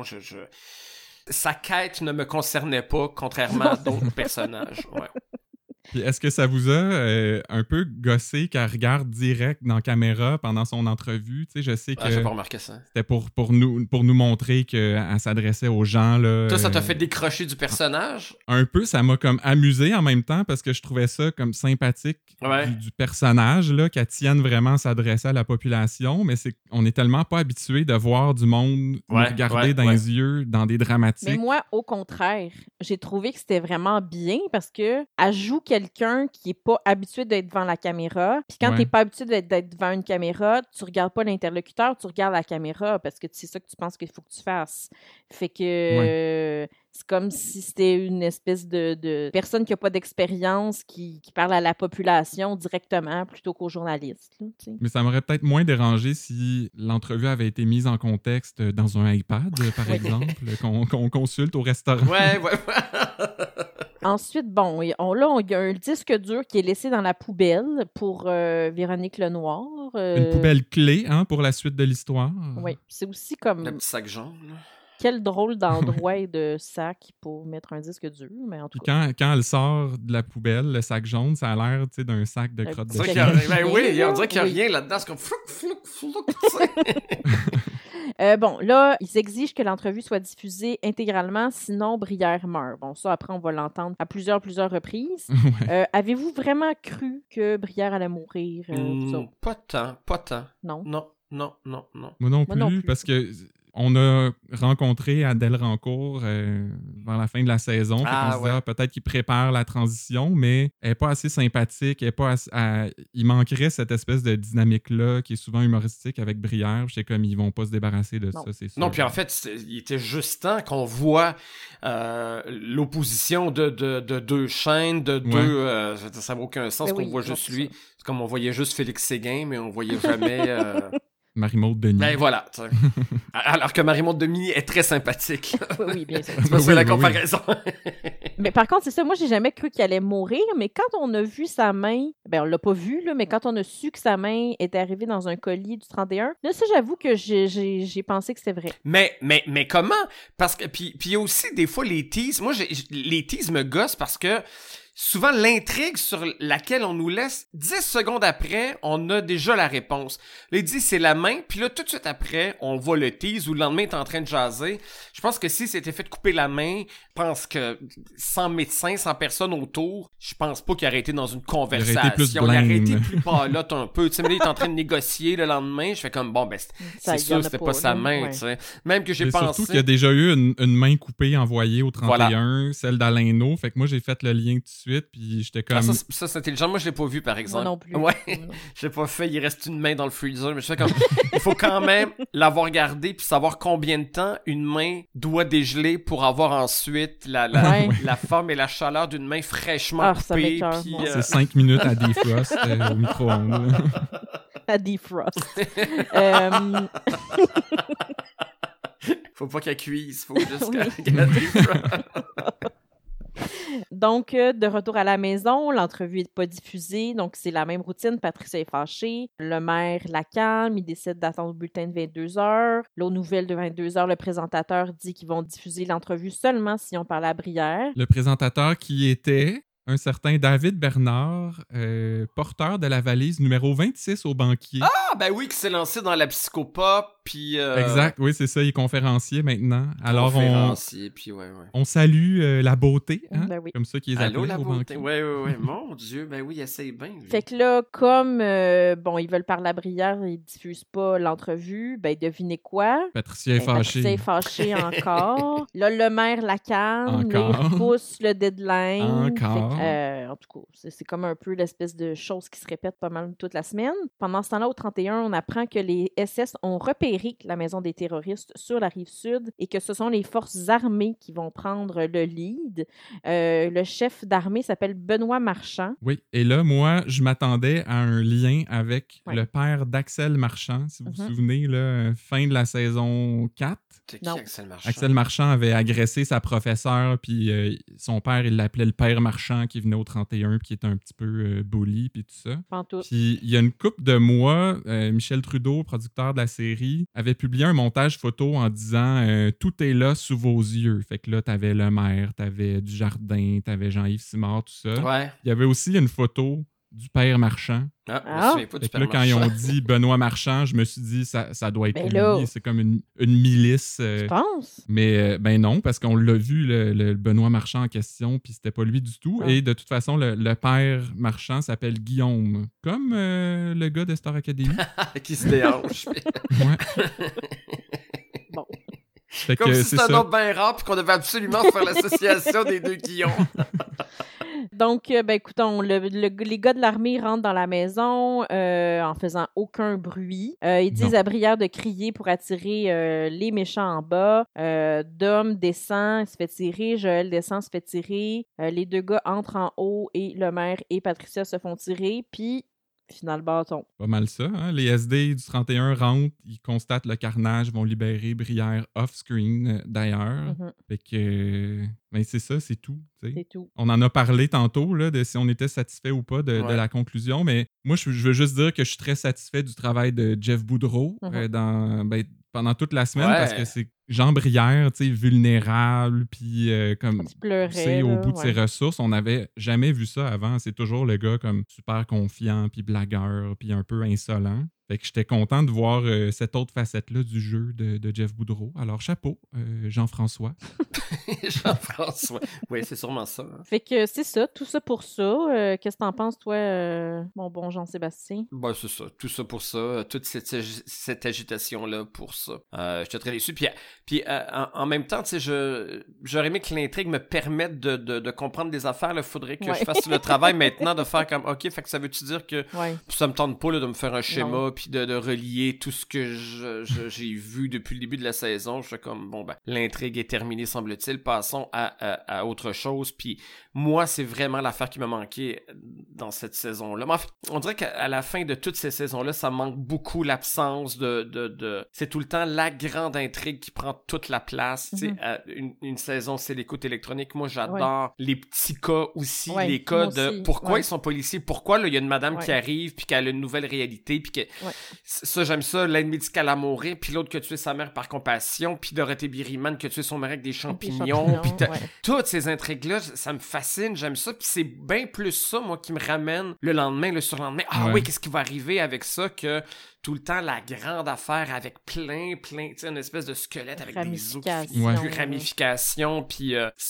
sa quête ne me concernait pas, contrairement à d'autres personnages, ouais. Puis est-ce que ça vous a un peu gossé qu'elle regarde direct dans la caméra pendant son entrevue? Tu sais, je sais que j'ai pas remarqué ça. C'était pour nous montrer qu'elle s'adressait aux gens. Là, toi, ça t'a fait décrocher du personnage? Un peu, ça m'a comme amusé en même temps parce que je trouvais ça comme sympathique du personnage, là, qu'elle tienne vraiment à s'adresser à la population, mais on est tellement pas habitué de voir du monde nous regarder dans les yeux dans des dramatiques. Mais moi, au contraire, j'ai trouvé que c'était vraiment bien parce que elle joue quelqu'un qui est pas habitué d'être devant la caméra. Puis quand t'es pas habitué d'être devant une caméra, tu regardes pas l'interlocuteur, tu regardes la caméra parce que c'est ça que tu penses qu'il faut que tu fasses. Fait que c'est comme si c'était une espèce de personne qui a pas d'expérience qui parle à la population directement plutôt qu'aux journalistes. Là, mais ça m'aurait peut-être moins dérangé si l'entrevue avait été mise en contexte dans un iPad, par exemple, qu'on consulte au restaurant. Ouais. Ensuite, bon, il y a un disque dur qui est laissé dans la poubelle pour Véronique Lenoir. Une poubelle clé, hein, pour la suite de l'histoire. Oui, c'est aussi comme... Le petit sac jaune, là. Quel drôle d'endroit et de sac pour mettre un disque dur, mais en tout cas... Quand elle sort de la poubelle, le sac jaune, ça a l'air, tu sais, d'un sac de crottes de chien. Ben oui, on dirait qu'il n'y a rien là-dedans. C'est comme flouk. Bon, là, ils exigent que l'entrevue soit diffusée intégralement, sinon Brière meurt. Bon, ça, après, on va l'entendre à plusieurs reprises. Avez-vous vraiment cru que Brière allait mourir? Pas tant. Non? Non. Moi non plus, parce que... On a rencontré Adèle Rancourt vers la fin de la saison. On se disait, peut-être qu'il prépare la transition, mais elle n'est pas assez sympathique. Il manquerait cette espèce de dynamique-là qui est souvent humoristique avec Brière. Je sais comme ils vont pas se débarrasser de ça, c'est sûr. Non, puis en fait, il était juste temps qu'on voit l'opposition de deux chaînes, de deux... ça n'a aucun sens qu'on voit juste lui. C'est comme on voyait juste Félix Séguin, mais on voyait jamais... Marie-Maude Denis. Ben voilà. Alors que Marie-Maude Denis est très sympathique. Oui, bien sûr. C'est pas ça la comparaison. Mais par contre, c'est ça, moi, j'ai jamais cru qu'il allait mourir, mais quand on a vu sa main, ben on l'a pas vu, là, mais quand on a su que sa main était arrivée dans un colis du 31, là, ça, j'avoue que j'ai pensé que c'était vrai. Mais comment? Parce que, puis il y a aussi des fois les teases. Moi, les teases me gossent parce que souvent, l'intrigue sur laquelle on nous laisse, 10 secondes après, on a déjà la réponse. Là, il dit c'est la main, puis là, tout de suite après, on voit le tease où le lendemain, il est en train de jaser. Je pense que si c'était fait couper la main, je pense que sans médecin, sans personne autour, je pense pas qu'il aurait été dans une conversation. Il aurait été plus palote un peu. Tu sais, mais là, il est en train de négocier le lendemain. Je fais comme, bon, ben, c'est sûr que c'était pas sa main, tu sais. Même que j'ai pensé... Surtout qu'il y a déjà eu une main coupée envoyée au 31, celle d'Alain-No. Fait que moi, j'ai fait le lien tout de suite, puis j'étais comme... Ah, ça, c'est intelligent. Moi, je l'ai pas vu, par exemple. Moi non plus. Ouais, j'ai pas fait. Il reste une main dans le freezer. Mais je fais comme... Il faut quand même l'avoir gardé puis savoir combien de temps une main doit dégeler pour avoir ensuite la forme et la chaleur d'une main fraîchement coupée. Puis, c'est 5 minutes à defrost au micro-ondes. À defrost. Faut pas qu'elle cuise. Faut juste qu'elle defrost. Donc, de retour à la maison, l'entrevue n'est pas diffusée, donc c'est la même routine. Patricia est fâchée. Le maire la calme, il décide d'attendre le bulletin de 22h. L'autre nouvelle de 22h, le présentateur dit qu'ils vont diffuser l'entrevue seulement si on parle à Brière. Le présentateur qui était un certain David Bernard, porteur de la valise numéro 26 au banquier. Ah, ben oui, qui s'est lancé dans la psychopop, puis... Exact, oui, c'est ça, il est conférencier maintenant. Alors, puis ouais. On salue la beauté, hein? Ben oui. Comme ça qu'ils Allô, appellent la au beauté. banquier. Ouais, mon Dieu, ben oui, essaye bien. Fait que là, comme, ils veulent parler à Brière, ils diffusent pas l'entrevue, ben devinez quoi? Patricia est fâchée. Patricia est fâchée encore. Là, le maire la calme. Là, il repousse le deadline. Encore. En tout cas, c'est comme un peu l'espèce de chose qui se répète pas mal toute la semaine. Pendant ce temps-là, au 31, on apprend que les SS ont repéré la maison des terroristes sur la rive sud et que ce sont les forces armées qui vont prendre le lead. Le chef d'armée s'appelle Benoît Marchand. Oui, et là, moi, je m'attendais à un lien avec le père d'Axel Marchand, si vous vous souvenez, là, fin de la saison 4. C'est qui Axel Marchand? Axel Marchand avait agressé sa professeure, puis son père, il l'appelait le père Marchand, qui venait au 31, puis qui était un petit peu bully, puis tout ça. Puis il y a une couple de mois, Michel Trudeau, producteur de la série, avait publié un montage photo en disant tout est là sous vos yeux. Fait que là, t'avais le maire, t'avais Dujardin, t'avais Jean-Yves Simard, tout ça. Ouais. Il y avait aussi une photo du père Marchand. Je me souviens pas du père là, quand ils ont dit Benoît Marchand, je me suis dit ça doit être lui. C'est comme une milice. Tu penses? Mais ben non, parce qu'on l'a vu, le Benoît Marchand en question, puis c'était pas lui du tout. Et de toute façon, le père Marchand s'appelle Guillaume, comme le gars de Star Academy. Qui se déhanche. Ouais. Bon. Comme si c'était un nom bien rare, puis qu'on devait absolument faire l'association des deux Guillaume. Donc, écoutons, les gars de l'armée rentrent dans la maison en faisant aucun bruit. Ils disent à Brière de crier pour attirer les méchants en bas. Dom descend, il se fait tirer. Joël descend, se fait tirer. Les deux gars entrent en haut et le maire et Patricia se font tirer. Puis, final bâton. Pas mal ça, hein? Les SD du 31 rentrent, ils constatent le carnage, vont libérer Brière off-screen, d'ailleurs. Fait que... ben c'est ça, c'est tout. T'sais. C'est tout. On en a parlé tantôt, là, de si on était satisfait ou pas de la conclusion, mais moi, je veux juste dire que je suis très satisfait du travail de Jeff Boudreau pendant toute la semaine, parce que c'est Jean Brière, tu sais, vulnérable, puis comme poussé au bout de ses ressources. On n'avait jamais vu ça avant. C'est toujours le gars comme super confiant, puis blagueur, puis un peu insolent. Fait que j'étais content de voir cette autre facette-là du jeu de Jeff Boudreau. Alors, chapeau, Jean-François. Jean-François. Oui, c'est sûrement ça. Hein. Fait que c'est ça, tout ça pour ça. Qu'est-ce que t'en penses, toi, mon bon Jean-Sébastien? Ben, c'est ça, tout ça pour ça. Toute cette agitation-là pour ça. J'étais très déçu. Puis en même temps, tu sais, j'aurais aimé que l'intrigue me permette de comprendre des affaires. Il faudrait que je fasse le travail maintenant de faire comme, OK, fait que ça veut-tu dire que ça me tente pas là, de me faire un schéma puis de relier tout ce que j'ai vu depuis le début de la saison. Je fais comme, bon, ben, l'intrigue est terminée, semble-t-il. Passons à autre chose. Puis moi, c'est vraiment l'affaire qui m'a manqué dans cette saison-là. Mais en fait, on dirait qu'à la fin de toutes ces saisons-là, ça manque beaucoup l'absence de... C'est tout le temps la grande intrigue qui prend toute la place. Tu sais, une saison, c'est l'écoute électronique. Moi, j'adore les petits cas aussi, les cas de pourquoi ils sont policiers, pourquoi là, il y a une madame qui arrive, puis qu'elle a une nouvelle réalité, puis que... Ça, j'aime ça, l'aide médicale à mourir, puis l'autre qui a tué sa mère par compassion, puis Dorothée Biriman qui a tué son mari avec des champignons, puis toutes ces intrigues-là, ça me fascine, j'aime ça, puis c'est bien plus ça, moi, qui me ramène le lendemain, le surlendemain. Ah oui, qu'est-ce qui va arriver avec ça que tout le temps la grande affaire avec plein, tu sais, une espèce de squelette avec des os qui ramifications, puis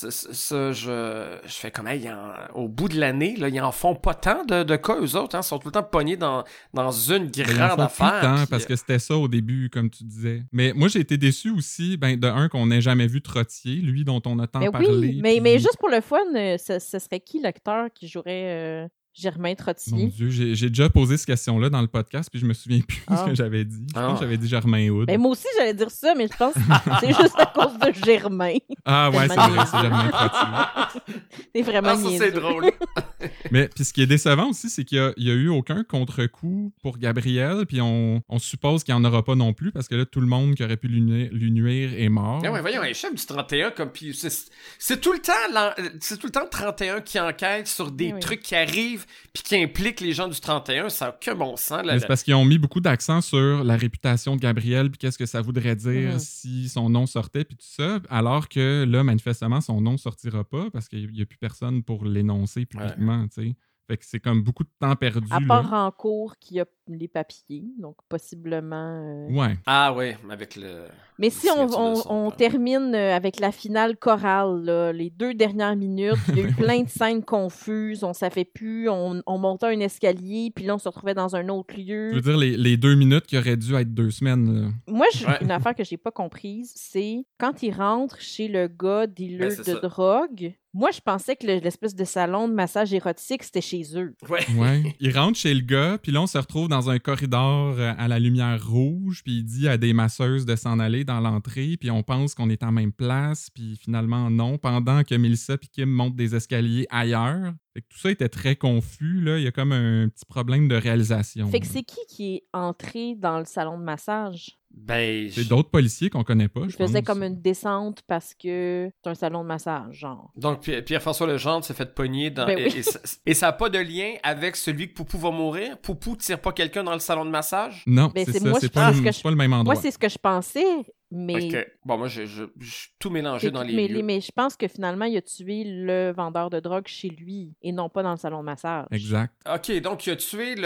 ça, je fais comme, au bout de l'année, là, ils en font pas tant de cas, eux autres, hein, ils sont tout le temps pognés dans une grande affaire. Tout le temps, parce que c'était ça au début, comme tu disais. Mais moi, j'ai été déçu aussi, de un, qu'on n'ait jamais vu Trottier, lui dont on a tant parlé. Oui, mais juste pour le fun, ce serait qui l'acteur qui jouerait... Germain Trottier. Mon Dieu, j'ai déjà posé cette question-là dans le podcast, puis je me souviens plus ce que j'avais dit. Je pense que j'avais dit Germain Hood. Ben, moi aussi, j'allais dire ça, mais je pense que c'est juste à cause de Germain. Ah ouais, c'est vrai, c'est Germain Trottier. C'est vraiment ça, c'est drôle. Mais puis ce qui est décevant aussi, c'est qu'il y a eu aucun contre-coup pour Gabriel, puis on suppose qu'il n'y en aura pas non plus, parce que là, tout le monde qui aurait pu lui nuire est mort. Ouais, voyons, un chef du 31, comme puis c'est tout le temps le 31 qui enquête sur des trucs qui arrivent puis qui impliquent les gens du 31, ça n'a aucun bon sens. C'est parce qu'ils ont mis beaucoup d'accent sur la réputation de Gabriel, puis qu'est-ce que ça voudrait dire si son nom sortait, puis tout ça, alors que là, manifestement, son nom sortira pas, parce qu'il n'y a plus personne pour l'énoncer publiquement, tu sais. Fait que c'est comme beaucoup de temps perdu. À part en cours qui a les papiers, donc possiblement... Ah ouais, avec le... Mais si on termine avec la finale chorale, là, les 2 dernières minutes, il y a eu plein de scènes confuses, on ne savait plus, on montait un escalier, puis là, on se retrouvait dans un autre lieu. Je veux dire, les 2 minutes qui auraient dû être 2 semaines. Là. Moi, une affaire que j'ai pas comprise, c'est quand il rentre chez le gars dealer de drogue... Moi, je pensais que l'espèce de salon de massage érotique, c'était chez eux. Ouais. Il rentre chez le gars, puis là, on se retrouve dans un corridor à la lumière rouge, puis il dit à des masseuses de s'en aller dans l'entrée, puis on pense qu'on est en même place, puis finalement, non, pendant que Mélissa et Kim montent des escaliers ailleurs. Fait que tout ça était très confus, là. Il y a comme un petit problème de réalisation. Fait que c'est qui est entré dans le salon de massage? C'est d'autres policiers qu'on connaît pas, je pense. Il faisait comme une descente parce que c'est un salon de massage, genre. Donc, Pierre-François Legendre s'est fait pogner dans... et ça n'a pas de lien avec celui que Poupou va mourir? Poupou tire pas quelqu'un dans le salon de massage? Non, c'est ça. C'est pas le même endroit. Moi, c'est ce que je pensais, mais... OK. Bon, moi, j'ai tout mélangé dans les lieux. Mais je pense que finalement, il a tué le vendeur de drogue chez lui et non pas dans le salon de massage. Exact. OK, donc il a tué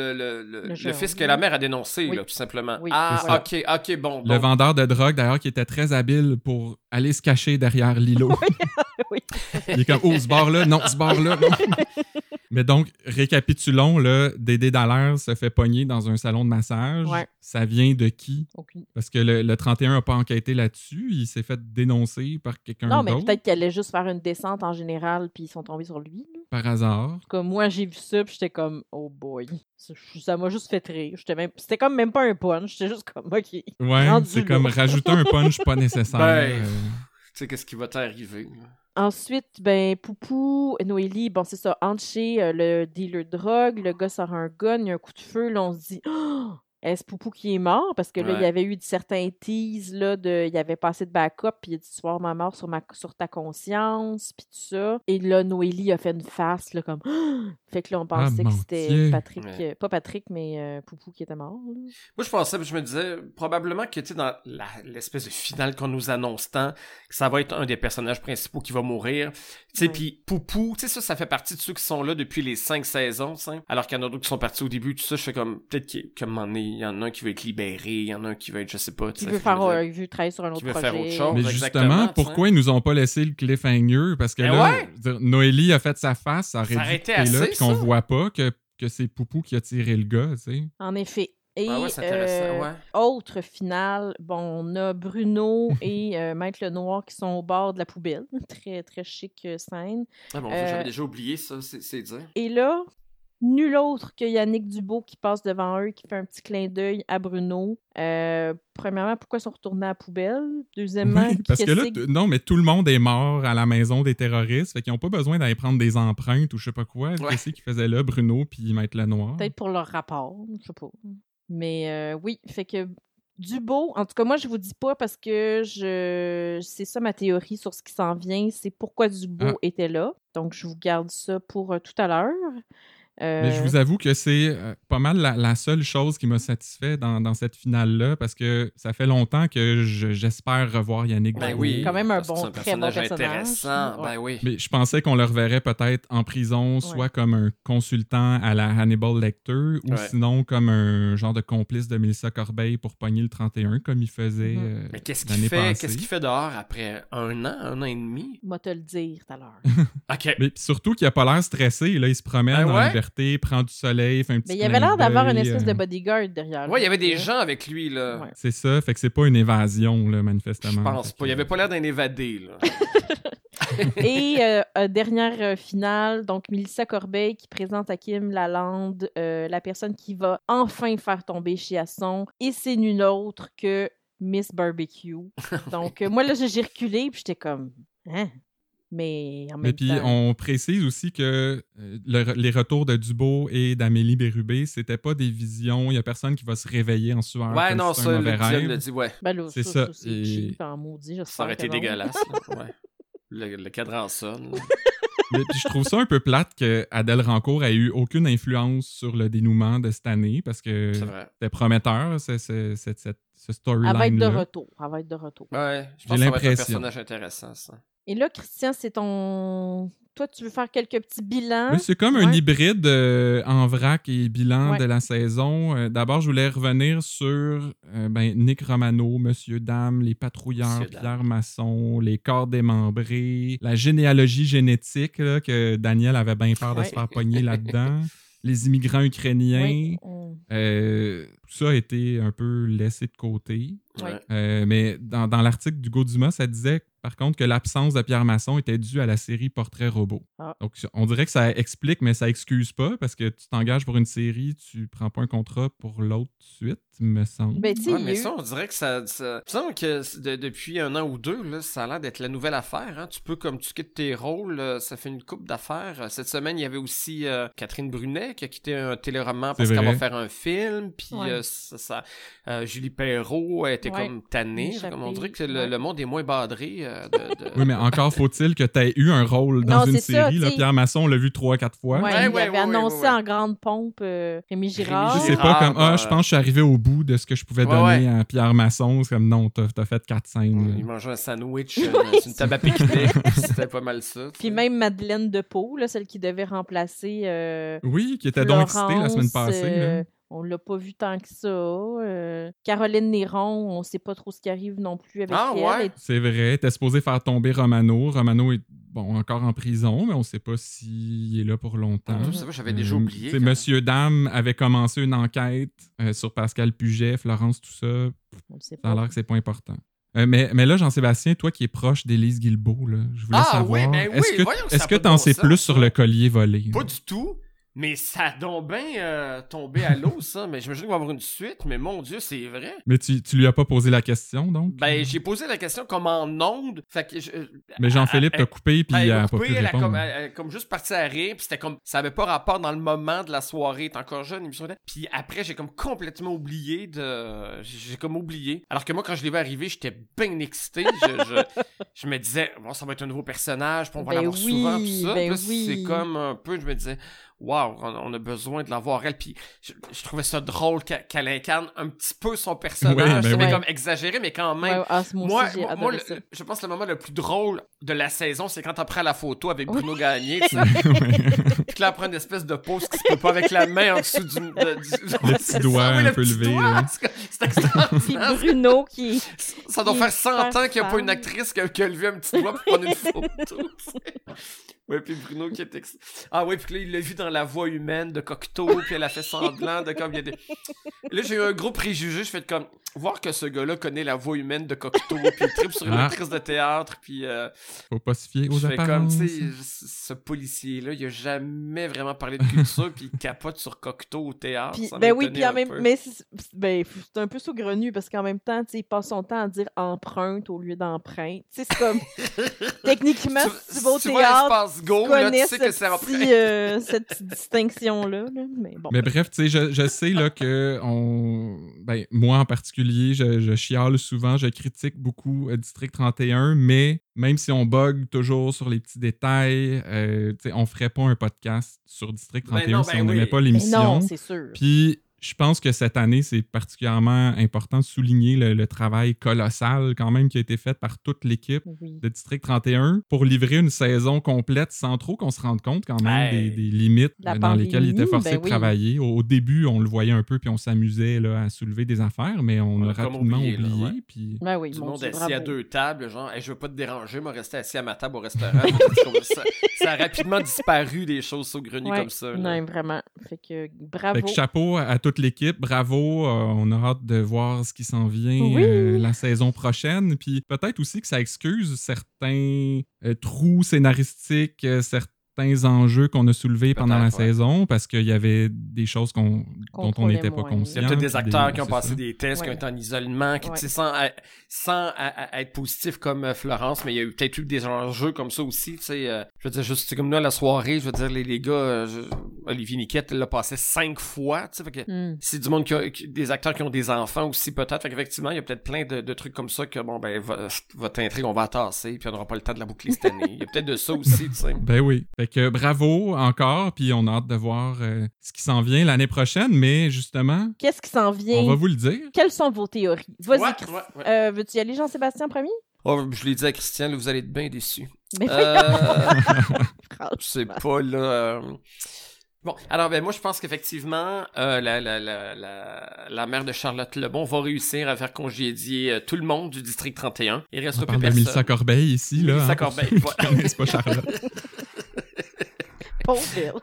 le fils que la mère a dénoncé, là, tout simplement. Oui, OK, bon. Le vendeur de drogue, d'ailleurs, qui était très habile pour aller se cacher derrière l'îlot. Oui. Il est comme, ce bar-là, non, ce bar-là, non. Mais donc, récapitulons, là, Dédé Dallaire se fait pogner dans un salon de massage. Ouais. Ça vient de qui? Aucune. Parce que le 31 n'a pas enquêté là-dessus. Il s'est fait dénoncer par quelqu'un d'autre. Non, mais peut-être qu'elle allait juste faire une descente en général, puis ils sont tombés sur lui. Là. Par hasard. Comme moi, j'ai vu ça, puis j'étais comme, oh boy. Ça m'a juste fait rire. C'était comme même pas un punch. J'étais juste comme, OK. Ouais, c'est comme rajouter un punch pas nécessaire. Tu sais, qu'est-ce qui va t'arriver? Ensuite, Poupou, Noélie, bon, c'est ça, entre chez le dealer de drogue, le gars sort un gun, il y a un coup de feu, là, on se dit, oh, est-ce Poupou qui est mort? Parce que là, il y avait eu certains teases, là, il avait passé de backup, puis il a dit, tu vas avoir ma mort sur ta conscience, puis tout ça. Et là, Noélie a fait une face, là, comme, oh! Fait que là, on pensait que c'était Patrick, pas Patrick, mais Poupou qui était mort. Là. Moi, je pensais, je me disais, probablement que, tu sais, dans l'espèce de finale qu'on nous annonce tant, que ça va être un des personnages principaux qui va mourir. Tu sais, puis Poupou, tu sais, ça fait partie de ceux qui sont là depuis les 5 saisons, tu sais. Alors qu'il y en a d'autres qui sont partis au début, tout ça, je fais comme, peut-être qu'à un moment donné, il y en a un qui va être libéré, il y en a un qui va être, je sais pas, tu sais. Qui veut travailler sur un autre projet. Faire autre chose. Mais justement, pourquoi ils nous ont pas laissé le cliffhanger? Parce que là, Noélie a fait sa face, ça aurait dû être là, puis qu'on voit pas que c'est Poupou qui a tiré le gars, tu sais. En effet. Et c'est intéressant, autre finale, bon, on a Bruno et Maître Lenoir qui sont au bord de la poubelle. Très, très chic scène. Ah bon, j'avais déjà oublié ça, c'est dire. Et là, nul autre que Yannick Dubo qui passe devant eux, qui fait un petit clin d'œil à Bruno. Premièrement, pourquoi ils sont retournés à la poubelle? Deuxièmement, Oui, parce que là, non, mais tout le monde est mort à la maison des terroristes, fait qu'ils n'ont pas besoin d'aller prendre des empreintes ou je sais pas quoi. Qu'est-ce qu'ils faisaient là, Bruno puis Maître Lenoir? Peut-être pour leur rapport, je sais pas. Mais oui, fait que Dubo, en tout cas, moi, je vous dis pas parce que c'est ça ma théorie sur ce qui s'en vient, c'est pourquoi Dubo était là. Donc, je vous garde ça pour tout à l'heure. Mais je vous avoue que c'est pas mal la seule chose qui m'a satisfait dans cette finale-là, parce que ça fait longtemps que j'espère revoir Yannick Dubo. Oui, quand même un très bon personnage. Intéressant. Ben oui. Mais je pensais qu'on le reverrait peut-être en prison, soit comme un consultant à la Hannibal Lecter, ou sinon comme un genre de complice de Mélissa Corbeil pour pogner le 31, comme il faisait Mais qu'est-ce qu'il fait dehors après un an et demi? Moi te le dire tout à l'heure. OK. Mais surtout qu'il a pas l'air stressé, là, il se promène en liberté, prend du soleil, fait un petit Mais il avait l'air d'avoir une espèce de bodyguard derrière lui. Ouais, il y avait des gens avec lui, là. Ouais. C'est ça, fait que c'est pas une évasion, là, manifestement. Je pense pas. Il avait pas l'air d'un évadé, là. Et dernière finale, donc Mélissa Corbeil qui présente à Kim Lalande la personne qui va enfin faire tomber Chiasson. Et c'est nul autre que Miss Barbecue. Donc, moi, là, j'ai reculé, puis j'étais comme... Hein? Mais en même puis, temps... on précise aussi que les retours de Dubo et d'Amélie Bérubé, c'était pas des visions. Il y a personne qui va se réveiller en sueur. Ouais, non, ça, le dit, ouais. Ben là, c'est ça. C'est cheap en maudit. Ça aurait été dégueulasse, là. Ouais. Le cadran sonne. Mais puis je trouve ça un peu plate que Adèle Rancourt ait eu aucune influence sur le dénouement de cette année, parce que c'était prometteur, ce storyline-là. Elle va être de retour. Ouais, je pense que ça va être un personnage intéressant, ça. Et là, Christian, c'est ton... Toi, tu veux faire quelques petits bilans? Oui, c'est comme un hybride en vrac et bilan de la saison. D'abord, je voulais revenir sur Nick Romano, Monsieur Dame, les patrouilleurs, Pierre Masson, les corps démembrés, la généalogie génétique là, que Daniel avait bien peur de se faire pogner là-dedans, les immigrants ukrainiens. Tout ça a été un peu laissé de côté. Mais dans l'article d'Hugo Dumas, ça disait par contre que l'absence de Pierre Masson était due à la série Portrait Robot. Donc, on dirait que ça explique, mais ça excuse pas, parce que tu t'engages pour une série, tu prends pas un contrat pour l'autre suite, me semble. Ben, mais ça, on dirait que ça me semble que depuis un an ou deux, là, ça a l'air d'être la nouvelle affaire. Hein? Tu peux, comme tu quittes tes rôles, ça fait une couple d'affaires. Cette semaine, il y avait aussi Catherine Brunet qui a quitté un téléroman parce qu'elle va faire un film, puis Julie Perrault était comme tannée. Comme on dirait que le monde est moins badré. Oui, mais encore faut-il que tu aies eu un rôle dans une série. Là, Pierre Masson, on l'a vu 3-4 fois. Il avait annoncé en grande pompe Rémi Girard. C'est pas comme, je pense que je suis arrivé au bout de ce que je pouvais donner à Pierre Masson. C'est comme, non, t'as fait 4 scènes. Il mangeait un sandwich sur une table à pique-nique. C'était pas mal ça. Puis même Madeleine Depaux, là, celle qui devait remplacer oui, qui était donc excitée la semaine passée. On l'a pas vu tant que ça. Caroline Néron, on sait pas trop ce qui arrive non plus avec elle. Ouais. C'est vrai, t'es supposé faire tomber Romano. Romano est encore en prison, mais on sait pas s'il est là pour longtemps. Ça va, j'avais déjà oublié. Monsieur Dame avait commencé une enquête sur Pascal Puget, Florence, tout ça. Ça a l'air que c'est pas important. Mais là, Jean-Sébastien, toi qui es proche d'Élise Guilbeault, là, je voulais savoir, est-ce que t'en sais plus sur le collier volé? Pas du tout. Mais ça a donc bien tombé à l'eau, ça. Mais j'imagine qu'il va y avoir une suite. Mais mon Dieu, c'est vrai. Mais tu lui as pas posé la question, donc? Ben, j'ai posé la question comme en onde. Fait que mais Jean-Philippe t'a coupé, puis il a pas pu répondre. Elle a comme juste parti à rire, puis c'était comme... Ça avait pas rapport dans le moment de la soirée. T'es encore jeune, émission. Puis après, j'ai comme complètement oublié de... J'ai comme oublié. Alors que moi, quand je l'ai vu arriver, j'étais bien excité. Je me disais, bon, ça va être un nouveau personnage, puis on va l'avoir souvent, tout ça. Puis c'est comme un peu, je me disais... Wow, on a besoin de la voir elle. Puis je trouvais ça drôle qu'elle incarne un petit peu son personnage. C'était comme exagéré, mais quand même. Moi, je pense que le moment le plus drôle de la saison, c'est quand elle prend la photo avec Bruno Gagné. Puis que là, elle prend une espèce de pose qui se peut pas avec la main en dessous du le petit doigt un peu levé. C'est extraordinaire. Puis Bruno qui... Ça doit faire 100 ans qu'il n'y a pas une actrice qui a levé un petit doigt pour prendre une photo. Ouais, puis Bruno qui est ah ouais, puis là, il l'a vu dans La Voix humaine de Cocteau, puis elle a fait semblant de comme il y a des... Là, j'ai eu un gros préjugé, je fais comme voir que ce gars-là connaît la voix humaine de Cocteau, puis il tripe sur une actrice de théâtre, puis... Faut pas se fier aux je fais apparences. comme, tu sais, ce policier-là, il a jamais vraiment parlé de culture, puis il capote sur Cocteau au théâtre. Puis, ça ben oui, m'étonnait puis en un même peu. mais c'est un peu saugrenu parce qu'en même temps, tu sais, il passe son temps à dire empreinte au lieu d'empreinte. Tu sais, c'est comme techniquement, si tu vas au tu vois théâtre, l'espace Go, tu là, connais tu sais que c'est cette petite distinction-là. Là. Mais bon. Mais bref, tu sais, je sais là, que moi en particulier, je chiale souvent, je critique beaucoup District 31, mais même si on bug toujours sur les petits détails, tu sais, on ferait pas un podcast sur District 31 non, si ben on n'aimait oui. pas Mais l'émission. non, c'est sûr. Puis je pense que cette année, c'est particulièrement important de souligner le travail colossal quand même qui a été fait par toute l'équipe Oui. de District 31 pour livrer une saison complète sans trop qu'on se rende compte quand même Hey. des limites La dans lesquelles il était pandémie, forcé ben de oui. travailler. Au début, on le voyait un peu puis on s'amusait là, à soulever des affaires, mais on a comme rapidement oublié, oublié. là, ouais. Puis... Ben oui, Du mon monde Dieu, assis à bravo. 2 tables, genre, hey, je veux pas te déranger, moi, rester assis à ma table au restaurant. ça a rapidement disparu des choses saugrenues Ouais, comme ça. Là. non, vraiment. Fait que bravo. Fait que chapeau à toute l'équipe, bravo, on a hâte de voir ce qui s'en vient Oui. la saison prochaine, puis peut-être aussi que ça excuse certains trous scénaristiques, certains enjeux qu'on a soulevés pendant la Peut-être, ouais. saison, parce qu'il y avait des choses dont on Contrôlait n'était pas moins. conscient. Il y a peut-être des puis acteurs qui ont c'est passé ça. des tests, qui ont Ouais. été en isolement, qui, Ouais. tu sais, sans être positifs comme Florence, mais il y a peut-être eu des enjeux comme ça aussi, tu sais. Je veux dire, juste comme nous à la soirée, je veux dire, les gars, Olivier Niquette l'a passé 5 fois, tu sais, fait que c'est du monde des acteurs qui ont des enfants aussi peut-être, fait qu'effectivement, il y a peut-être plein de trucs comme ça que, bon, ben, votre intrigue, on va tasser, puis on n'aura pas le temps de la boucler cette année. Il y a peut-être de ça aussi, tu sais. Ben oui. Fait que bravo encore, puis on a hâte de voir ce qui s'en vient l'année prochaine, mais justement, Qu'est-ce qui s'en vient? on va vous le dire. Quelles sont vos théories? Vas-y, Ouais, Chris. ouais. Veux-tu y aller, Jean-Sébastien, premier? Oh, je l'ai dit à Christian, là, vous allez être bien déçus. Mais Je sais pas, là... Bon, alors, ben moi, je pense qu'effectivement, la mère de Charlotte Lebon va réussir à faire congédier tout le monde du District 31. Il On restera plus parle de personne. Mélissa Corbeil ici, là. Mélissa pour Corbeil, ceux qui voilà. connaissent pas Charlotte. Pauvre Bill.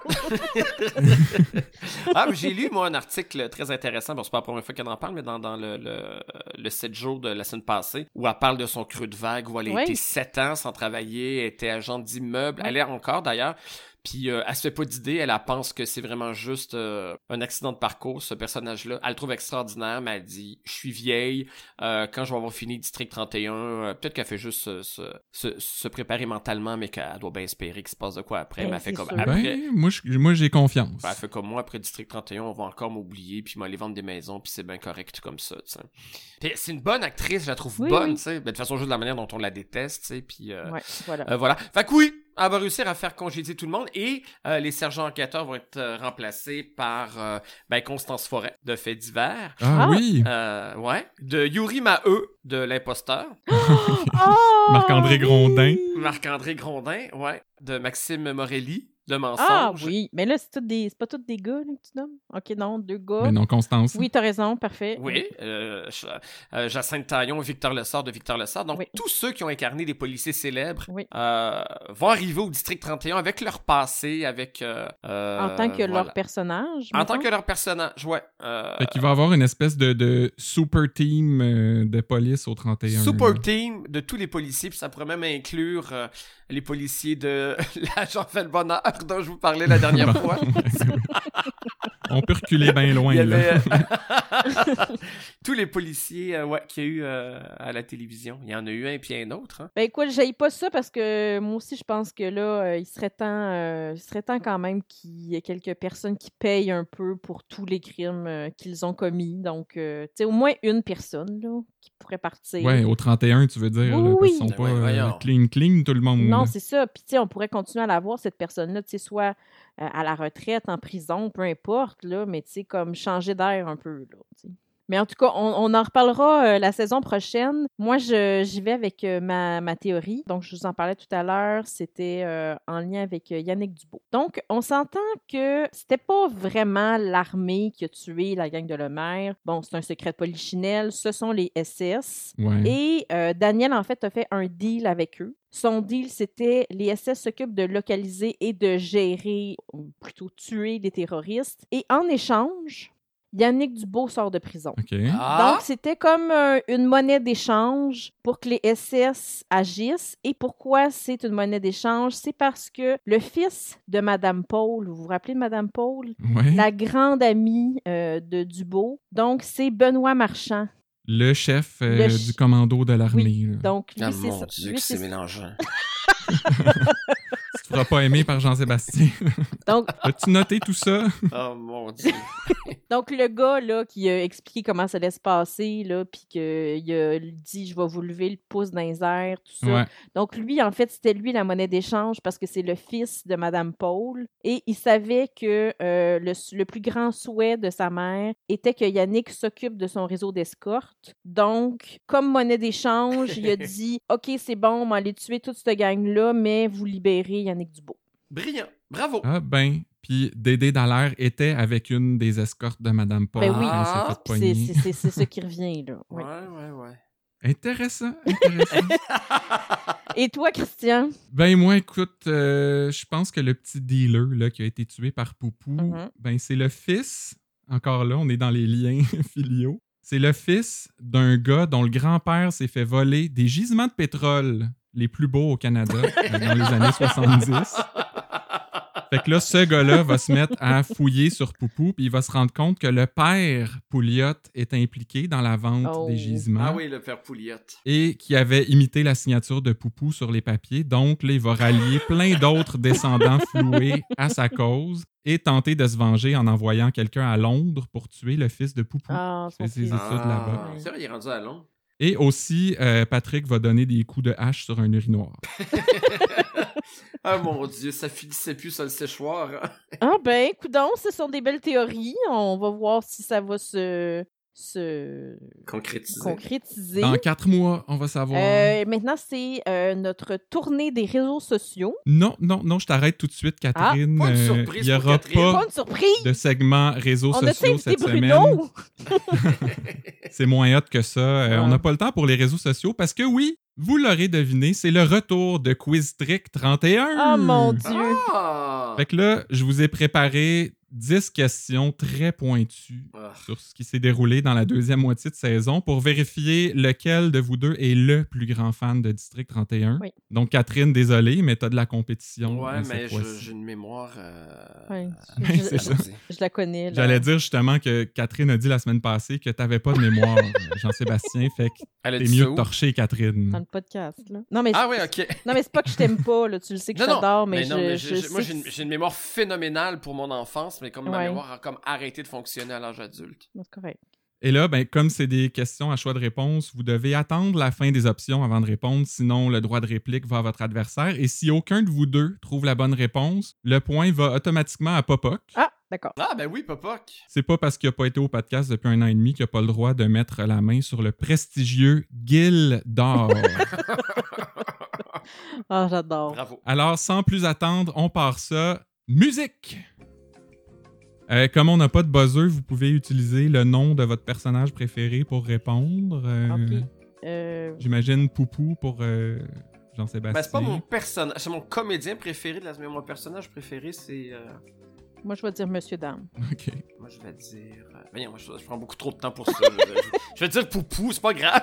Ah, mais j'ai lu, moi, un article très intéressant. Bon, c'est pas la première fois qu'elle en parle, mais dans le 7 jours de la semaine passée, où elle parle de son creux de vague, où elle a Oui. été 7 ans sans travailler, elle était agente d'immeuble. Elle est encore, d'ailleurs. Puis elle se fait pas d'idée, elle pense que c'est vraiment juste un accident de parcours, ce personnage-là. Elle le trouve extraordinaire, mais elle dit « Je suis vieille, quand je vais avoir fini District 31, peut-être qu'elle fait juste se préparer mentalement, mais qu'elle doit bien espérer qu'il se passe de quoi après. » Ben, Mais elle fait c'est comme sûr. après. Ben, moi, j'ai confiance. Ben, elle fait comme moi, après District 31, on va encore m'oublier, puis m'aller vendre des maisons, puis c'est bien correct comme ça, tu sais. Puis c'est une bonne actrice, je la trouve Oui, bonne, oui. tu sais. Ben, de toute façon, juste de la manière dont on la déteste, tu sais, puis... Ouais, voilà. voilà. Fait que oui, elle va réussir à faire congédier tout le monde et les sergents enquêteurs vont être remplacés par Constance Forêt de Faits divers. Ah, Ah. oui! Ouais. De Yuri Maheu de L'Imposteur. Oh, Marc-André oui! Grondin. Marc-André Grondin, ouais. De Maxime Morelli de Mensonge. Ah oui, mais là, c'est pas tous des gars là, que tu nommes? Ok, non, 2 gars. Mais non, Constance. Oui, t'as raison, parfait. Oui, Jacinthe Taillon, Victor Lessard de Victor Lessard. Donc, Oui. tous ceux qui ont incarné des policiers célèbres Oui. vont arriver au District 31 avec leur passé, avec... En tant que leur personnage. En tant mettons. que leur personnage, ouais. Fait qu'il va y avoir une espèce de super team de police au 31. Super là. team de tous les policiers, puis ça pourrait même inclure les policiers de l'agent fait le bonheur dont je vous parlais la dernière fois. On peut reculer bien loin, Il y là. avait tous les policiers qu'il y a eu à la télévision. Il y en a eu un puis un autre. Hein. Ben écoute, j'aille pas ça parce que moi aussi, je pense que là, il serait temps quand même qu'il y ait quelques personnes qui payent un peu pour tous les crimes qu'ils ont commis. Donc, tu sais, au moins une personne là, qui pourrait partir. Ouais, au 31, tu veux dire. Oui, là, parce oui. qu'ils sont Ben pas ouais, voyons. clean, tout le monde. Non, là. c'est ça. Puis, tu sais, on pourrait continuer à la voir, cette personne-là, tu sais, soit à la retraite, en prison, peu importe, là, mais tu sais, comme changer d'air un peu, là, tu sais. Mais en tout cas, on en reparlera la saison prochaine. Moi, j'y vais avec ma théorie. Donc, je vous en parlais tout à l'heure. C'était en lien avec Yannick Dubois. Donc, on s'entend que c'était pas vraiment l'armée qui a tué la gang de Lemaire. Bon, c'est un secret de polichinelle. Ce sont les SS. Ouais. Et Daniel, en fait, a fait un deal avec eux. Son deal, c'était les SS s'occupent de localiser et de gérer, ou plutôt tuer les terroristes. Et en échange, Yannick Dubeau sort de prison. OK. Ah! Donc, c'était comme une monnaie d'échange pour que les SS agissent. Et pourquoi c'est une monnaie d'échange? C'est parce que le fils de Madame Paul, vous vous rappelez de Madame Paul? Ouais. La grande amie de Dubeau. Donc, c'est Benoît Marchand. Le chef Le du commando de l'armée. Oui. là. Donc, lui, Ah, c'est mon ça. Dieu, Lui, que c'est c'est mélangeant. Tu te feras pas aimer par Jean-Sébastien. Donc, As-tu noté tout ça? Oh, mon Dieu. Donc, le gars là, qui a expliqué comment ça allait se passer, là, puis qu'il a dit « Je vais vous lever le pouce dans les airs », tout ça. Ouais. Donc, lui, en fait, c'était lui la monnaie d'échange parce que c'est le fils de Madame Paul. Et il savait que le plus grand souhait de sa mère était que Yannick s'occupe de son réseau d'escorte. Donc, comme monnaie d'échange, il a dit « OK, c'est bon, on va aller tuer toute cette gang-là, mais vous libérez Yannick Dubeau. » Brillant. Bravo. Ah ben, puis Dédé Dallaire était avec une des escortes de Madame Paul. Ben oui. quand elle s'est fait Puis c'est- pogner. c'est ça qui revient, là. Oui. Ouais. Intéressant, intéressant. Et toi, Christian? Ben moi, écoute, je pense que le petit dealer là, qui a été tué par Poupou, Mhm. ben c'est le fils, encore là, on est dans les liens filiaux, c'est le fils d'un gars dont le grand-père s'est fait voler des gisements de pétrole les plus beaux au Canada dans les années 70. Fait que là, ce gars-là va se mettre à fouiller sur Poupou, puis il va se rendre compte que le père Pouliot est impliqué dans la vente Oh. des gisements. Ah oui, le père Pouliot. Et qui avait imité la signature de Poupou sur les papiers. Donc, là, il va rallier plein d'autres descendants floués à sa cause et tenter de se venger en envoyant quelqu'un à Londres pour tuer le fils de Poupou. Ah, Fait ses fils. études là-bas. C'est vrai, il est rendu à Londres. Et aussi, Patrick va donner des coups de hache sur un urinoir. Ah mon Dieu, ça finissait plus sur le séchoir. Hein? Ah ben, coudonc, ce sont des belles théories. On va voir si ça va se Concrétisé. concrétiser. Dans 4 mois, on va savoir. Maintenant, c'est notre tournée des réseaux sociaux. Non, je t'arrête tout de suite, Catherine. pas de surprise Il n'y pour aura Catherine. Pas pas une surprise! de segment réseaux On a sociaux invité cette semaine. Bruno! C'est moins hot que ça. Ouais. On n'a pas le temps pour les réseaux sociaux parce que oui, vous l'aurez deviné, c'est le retour de Quiz Trick 31. Oh mon Dieu! Ah! Fait que là, je vous ai préparé 10 questions très pointues Ah. sur ce qui s'est déroulé dans la deuxième moitié de saison pour vérifier lequel de vous deux est le plus grand fan de District 31. Oui. Donc, Catherine, désolée, mais t'as de la compétition. Ouais, cette mais fois-ci. j'ai une mémoire. Ouais, C'est ça. je la connais. Là. J'allais dire justement que Catherine a dit la semaine passée que t'avais pas de mémoire, Jean-Sébastien, fait que Elle a t'es dit mieux ça de où? torcher Catherine. Dans le podcast. Là. Non, mais Ah oui, ok. non, mais c'est pas que je t'aime pas. Là. Tu le sais que je t'adore, mais non, mais je moi, sais j'ai une mémoire phénoménale pour mon enfance, mais comme ma Ouais. mémoire a comme arrêté de fonctionner à l'âge adulte. C'est correct. Et là, ben, comme c'est des questions à choix de réponse, vous devez attendre la fin des options avant de répondre, sinon le droit de réplique va à votre adversaire. Et si aucun de vous deux trouve la bonne réponse, le point va automatiquement à Popoc. Ah, d'accord. Ah, ben oui, Popoc. C'est pas parce qu'il n'a pas été au podcast depuis 1 an et demi qu'il n'a pas le droit de mettre la main sur le prestigieux Guil d'or. Ah, j'adore. Bravo. Alors, sans plus attendre, on part ça. Musique! Comme on n'a pas de buzzer, vous pouvez utiliser le nom de votre personnage préféré pour répondre. OK. J'imagine Poupou pour Jean-Sébastien. Ben, c'est pas mon personnage, c'est mon comédien préféré, mais mon personnage préféré, c'est. Moi, je vais dire Monsieur Dame. OK. Moi, je vais dire. Voyons, moi, je prends beaucoup trop de temps pour ça. Je vais dire Poupou, c'est pas grave.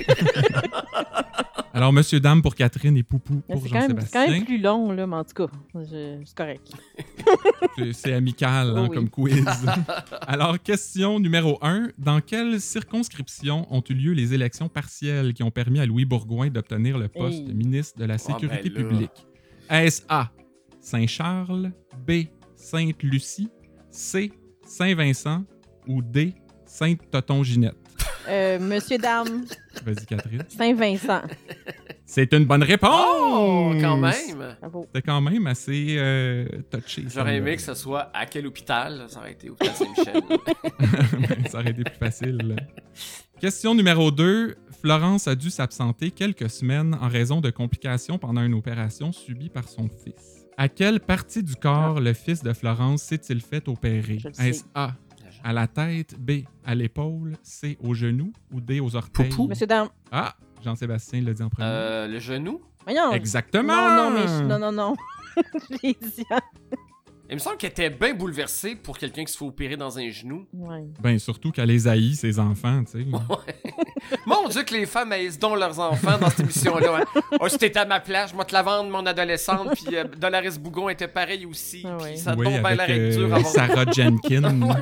Alors, Monsieur Dame pour Catherine et Poupou Mais pour c'est quand Jean-Sébastien. même plus long, là, mais en tout cas, c'est correct. C'est amical hein, Oui. comme quiz. Alors, question numéro 1. Dans quelle circonscription ont eu lieu les élections partielles qui ont permis à Louis Bourgouin d'obtenir le poste Hey. de ministre de la Sécurité ben là. publique? Est-ce A. Saint-Charles, B. Sainte-Lucie, C. Saint-Vincent ou D. Sainte-Toton-Ginette? Monsieur Dame, Vas-y, Catherine. Saint-Vincent. C'est une bonne réponse! Oh, quand même! Bravo. C'était quand même assez touché. J'aurais aimé que ce soit à quel hôpital? Ça aurait été hôpital Saint-Michel. Ben, ça aurait été plus facile. Question numéro 2. Florence a dû s'absenter quelques semaines en raison de complications pendant une opération subie par son fils. À quelle partie du corps le fils de Florence s'est-il fait opérer? Je le sais. Est-ce A, à la tête, B, à l'épaule, C, au genou ou D, aux orteils? Poupou. Monsieur Dame. Ah, Jean-Sébastien l'a dit en premier. Le genou? Voyons. Exactement! Non, mais non. Je l'ai dit. Il me semble qu'elle était bien bouleversée pour quelqu'un qui se fait opérer dans un genou. Ouais. Ben, surtout qu'elle les haït, ses enfants, tu sais. Mon Dieu que les femmes haïssent donc leurs enfants dans cette émission-là. Hein. Oh, si t'étais à ma place, je vais te la vendre, mon adolescente, puis Dolores Bougon était pareil aussi. Ah ouais. Puis ça Oui, tombe bien la avec règle dure avant. Sarah Jenkins.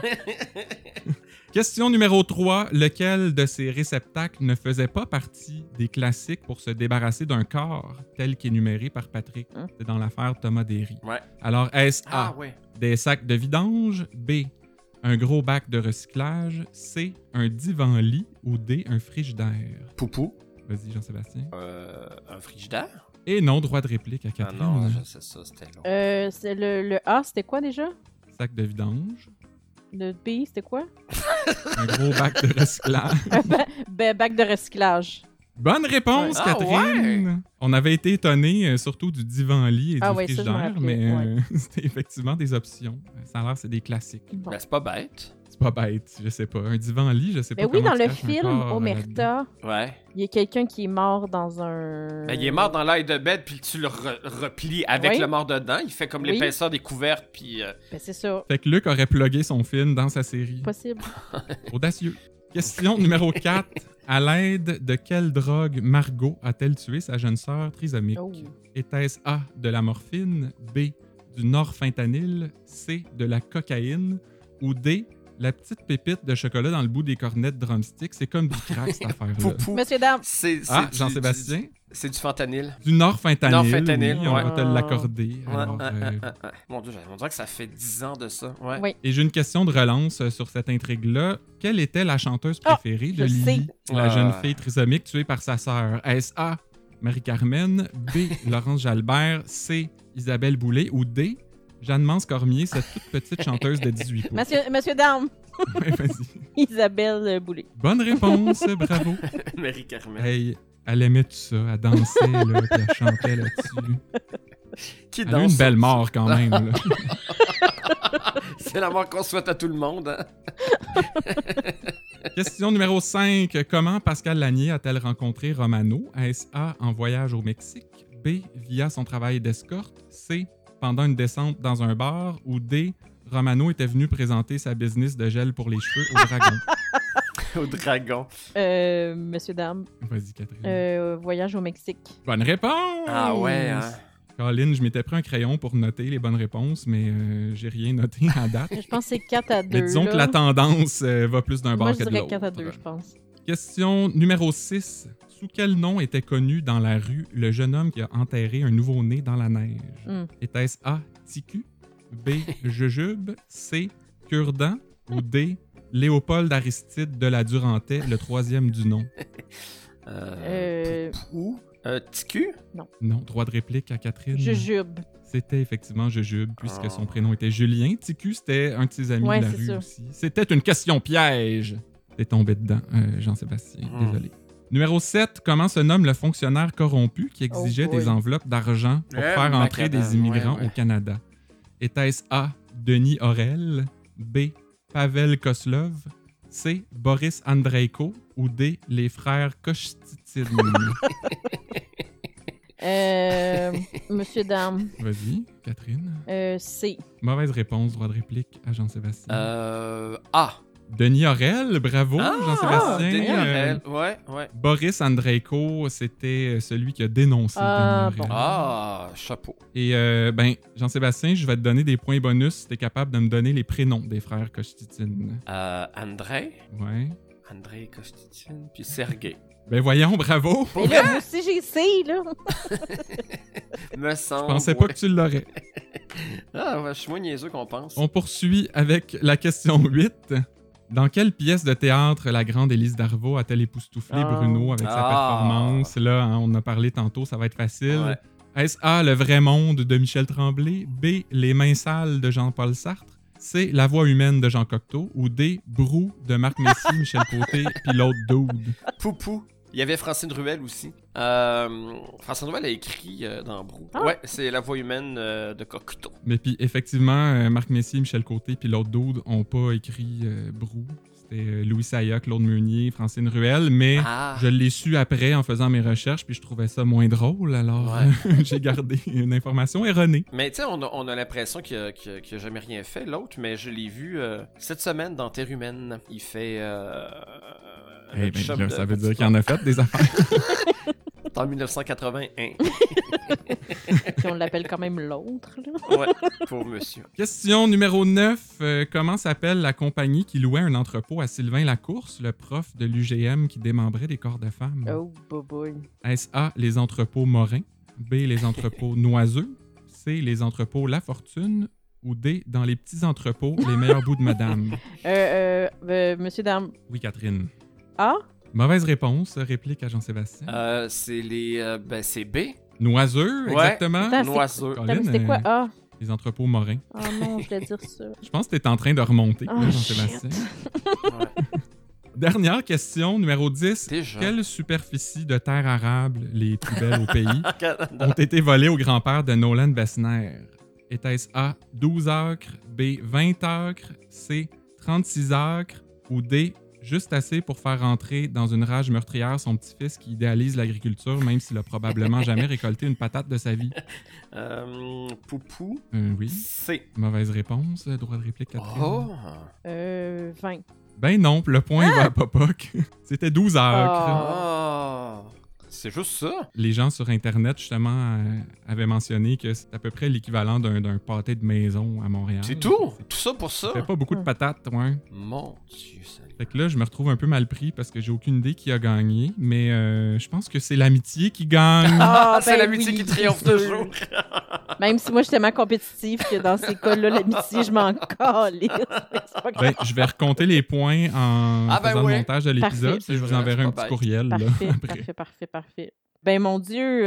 Question numéro 3. Lequel de ces réceptacles ne faisait pas partie des classiques pour se débarrasser d'un corps tel qu'énuméré par Patrick? C'est dans l'affaire Thomas Derry. Ouais. Alors, est-ce A, Ah ouais. des sacs de vidange, B, un gros bac de recyclage, C, un divan-lit ou D, un frigidaire? Poupou. Vas-y, Jean-Sébastien. Un frigidaire? Et non, droit de réplique à Ah Catherine. non, je sais ça, c'était long. C'est le A, c'était quoi déjà? Sac de vidange, Le B, c'était quoi? un gros bac de recyclage. Bac de recyclage. Bonne réponse, Ouais. Catherine! Ah ouais! On avait été étonnés, surtout du divan-lit et Ah du ouais, ça, je me frigidaire, rappelais, mais ouais. c'était effectivement des options. Ça a l'air c'est des classiques. Bon. Ben, c'est pas bête. C'est pas bête, je sais pas. Un divan-lit, je sais pas Mais oui, comment dans tu le caches un film corps, Omerta, Ouais. il y a quelqu'un qui est mort dans un... Ben, il est mort dans l'ail de bed, puis tu le replies avec Oui. le mort dedans. Il fait comme Oui. l'épaisseur des couvertes, puis... Ben, c'est ça. Fait que Luc aurait plugué son film dans sa série. Possible. Audacieux. Question numéro 4. À l'aide de quelle drogue Margot a-t-elle tué sa jeune sœur trisomique? Oh. Était-ce A, de la morphine, B, du norfentanyl, C, de la cocaïne ou D, la petite pépite de chocolat dans le bout des cornets de drumstick? C'est comme du crack, cette affaire-là. Poupou. Monsieur, dame. C'est Ah, du- Jean-Sébastien? C'est du fentanyl. Du norfentanyl. Norfentanyl, oui, on ouais. va te l'accorder. Ouais, Alors, Mon Dieu, on dirait que ça fait 10 ans de ça. Ouais. Oui. Et j'ai une question de relance sur cette intrigue-là. Quelle était la chanteuse préférée de je sais. Lily, la jeune fille trisomique tuée par sa sœur? Est-ce A, Marie-Carmen, B, Laurence Jalbert, C, Isabelle Boulay ou D, Jeanne-Mance Cormier, cette toute petite chanteuse de 18 pouces? Monsieur, dame. Ouais, vas-y. Isabelle Boulay. Bonne réponse, bravo. Marie-Carmen. Hey, elle aimait tout ça, elle dansait, là, puis elle chantait là-dessus. Qui Elle a eu danse une belle ça? mort quand même. Là. C'est la mort qu'on souhaite à tout le monde. Hein? Question numéro 5. Comment Pascal Lanier a-t-elle rencontré Romano? Est-ce A, en voyage au Mexique? B, via son travail d'escorte? C, pendant une descente dans un bar? Ou D, Romano était venu présenter sa business de gel pour les cheveux au dragon? Au dragon. Monsieur, dame. Vas-y, Catherine. Voyage au Mexique. Bonne réponse! Ah ouais, hein? Colin, je m'étais pris un crayon pour noter les bonnes réponses, mais j'ai rien noté à date. Je pense que c'est 4 à 2. Mais disons que la tendance va plus d'un Moi, bord je que de dirais l'autre. 4 à 2, je pense. Question numéro 6. Sous quel nom était connu dans la rue le jeune homme qui a enterré un nouveau-né dans la neige? Était-ce A, Ticu, B, Jujube, C, Cure-dent ou D, Léopold Aristide de la Durantais, le troisième du nom? Poupou. Ticu? Non, droit de réplique à Catherine. Jujube. C'était effectivement Jujube, puisque Oh. son prénom était Julien. Ticu, c'était un de ses amis Ouais, de la c'est rue ça. aussi. C'était une question piège. T'es tombé dedans, Jean-Sébastien. Désolé. Numéro 7. Comment se nomme le fonctionnaire corrompu qui exigeait Oh boy. des enveloppes d'argent pour faire entrer macadam, des immigrants ouais. au Canada? Était-ce A, Denis Aurel, B, Pavel Koslov, C, Boris Andreiko ou D, les frères Kochtitine? Monsieur, dame. Vas-y, Catherine. C. Mauvaise réponse, droit de réplique à Jean-Sébastien. Ah! Denis Aurel, bravo, Jean-Sébastien. Denis Aurel. Ouais. Boris Andreiko, c'était celui qui a dénoncé Ah, Denis Aurel. bon. Ah, chapeau. Et Jean-Sébastien, je vais te donner des points bonus si t'es capable de me donner les prénoms des frères Kochtitine. André? Ouais. André Kostitine, puis Sergei. Ben voyons, bravo! Mais là, moi aussi, j'ai C, là. Me semble. Je pensais pas que tu l'aurais. Ah, ouais, je suis moins niaiseux qu'on pense. On poursuit avec la question 8. Dans quelle pièce de théâtre la grande Élise Darvaux a-t-elle époustouflé Bruno avec sa performance? Là, hein, on en a parlé tantôt, ça va être facile. Ouais. Est-ce A, Le vrai monde de Michel Tremblay? B, Les mains sales de Jean-Paul Sartre? C, La voix humaine de Jean Cocteau? Ou D, Brou de Marc Messier, Michel Côté, puis l'autre dude? Poupou. Il y avait Francine Ruel aussi. Francine Ruel a écrit dans Brou. Ah. Ouais, c'est La voix humaine de Cocteau. Mais puis effectivement, Marc Messier, Michel Côté, puis l'autre dude ont pas écrit Brou. c'était Louis Saya, Claude Meunier, Francine Ruel, mais je l'ai su après en faisant mes recherches, puis je trouvais ça moins drôle, alors j'ai gardé une information erronée. Mais tu sais, on a l'impression qu'il a jamais rien fait, l'autre, mais je l'ai vu cette semaine dans Terre Humaine. Il fait... ça veut dire qu'il en a fait des affaires. En 1981. Puis on l'appelle quand même l'autre. Là. Ouais, pauvre monsieur. Question numéro 9. Comment s'appelle la compagnie qui louait un entrepôt à Sylvain Lacourse, le prof de l'UGM qui démembrait des corps de femmes? Oh, boy. Est-ce A, les entrepôts Morin, B, les entrepôts Noiseux, C, les entrepôts La Fortune, ou D, dans les petits entrepôts, les meilleurs bouts de madame? Monsieur Dame. Oui, Catherine. A? Mauvaise réponse, réplique à Jean-Sébastien. C'est B. Noiseux, exactement. Attends, Noiseux. C'était quoi A? Les entrepôts Morin. Oh non, je voulais dire ça. Je pense que t'es en train de remonter, Oh, là, Jean-Sébastien. Ouais. Dernière question, numéro 10. Déjà. Quelles superficies de terre arable, les plus belles au pays, ont été volées au grand-père de Nolan Bessemer? Était-ce A, 12 acres, B, 20 acres, C, 36 acres, ou D, juste assez pour faire rentrer dans une rage meurtrière son petit-fils qui idéalise l'agriculture, même s'il a probablement jamais récolté une patate de sa vie? Poupou. Oui. C. Mauvaise réponse. Droit de réplique, Catherine. Oh. 20. Ben non, le point va à Popoc. C'était 12 acres. Oh. C'est juste ça. Les gens sur Internet, justement, avaient mentionné que c'est à peu près l'équivalent d'un pâté de maison à Montréal. C'est tout? Tout ça pour ça? Ça fait pas beaucoup de patates, ouais. Mon Dieu, ça... Fait que là, je me retrouve un peu mal pris parce que j'ai aucune idée qui a gagné, mais je pense que c'est l'amitié qui gagne. C'est l'amitié qui triomphe toujours. Même si moi, je suis tellement compétitive que dans ces cas-là, l'amitié, je m'en calisse. Ben, je vais recompter les points en faisant le montage de l'épisode, Parfait. puis je vous enverrai un petit courriel. Parfait. Ben, mon Dieu,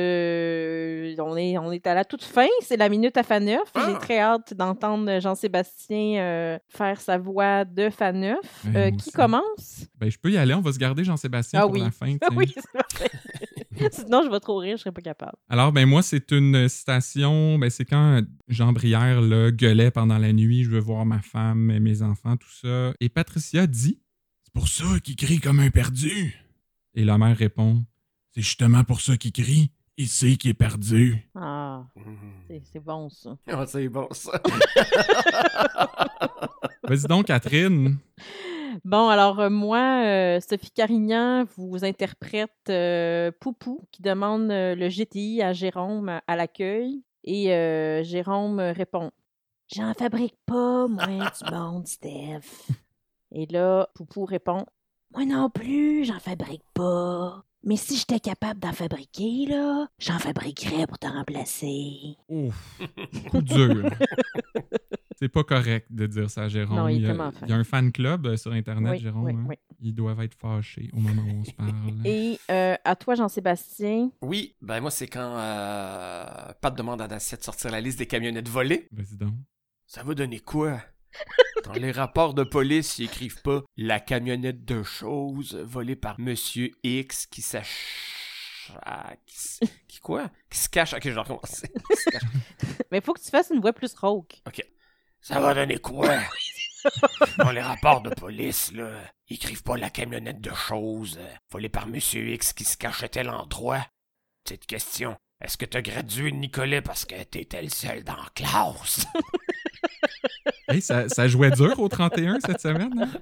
on est à la toute fin. C'est la minute à Faneuf. J'ai très hâte d'entendre Jean-Sébastien faire sa voix de Faneuf. Qui commence? Ben, je peux y aller. On va se garder Jean-Sébastien pour la fin. Oui, c'est parfait. Sinon, je vais trop rire, je serais pas capable. Alors, ben moi, c'est une citation. Ben, c'est quand Jean Brière là, gueulait pendant la nuit. Je veux voir ma femme et mes enfants, tout ça. Et Patricia dit « C'est pour ça qu'il crie comme un perdu. » Et la mère répond « C'est justement pour ça qu'il crie. Il sait qu'il est perdu. » Ah, c'est bon, ça. Oh, c'est bon, ça. Vas-y donc, Catherine. Bon, alors moi, Sophie Carignan vous interprète Poupou qui demande le GTI à Jérôme à l'accueil. Et Jérôme répond « J'en fabrique pas, moi, du monde, Steph. » Et là, Poupou répond « Moi non plus, j'en fabrique pas. Mais si j'étais capable d'en fabriquer, là, j'en fabriquerais pour te remplacer. » Ouf, coup dur. C'est pas correct de dire ça à Jérôme. Non, il y a un fan club sur Internet, oui, Jérôme. Oui, hein? oui. Ils doivent être fâchés au moment où on se parle. Et à toi, Jean-Sébastien. Oui, ben moi, c'est quand Pat demande à Dacia de sortir la liste des camionnettes volées. Vas-y donc. Ça va donner quoi? Dans les rapports de police, ils écrivent pas « La camionnette de choses volée par Monsieur X qui qui se cache... Ok, je vais recommencer. Mais il faut que tu fasses une voix plus rauque. Ok. Ça va donner quoi? Dans les rapports de police, là, ils écrivent pas « La camionnette de choses volée par Monsieur X qui se cache à tel endroit. » Petite question. Est-ce que t'as gradué de Nicolet parce que t'étais le seul dans la classe? Hey, ça jouait dur au 31 cette semaine. Hein?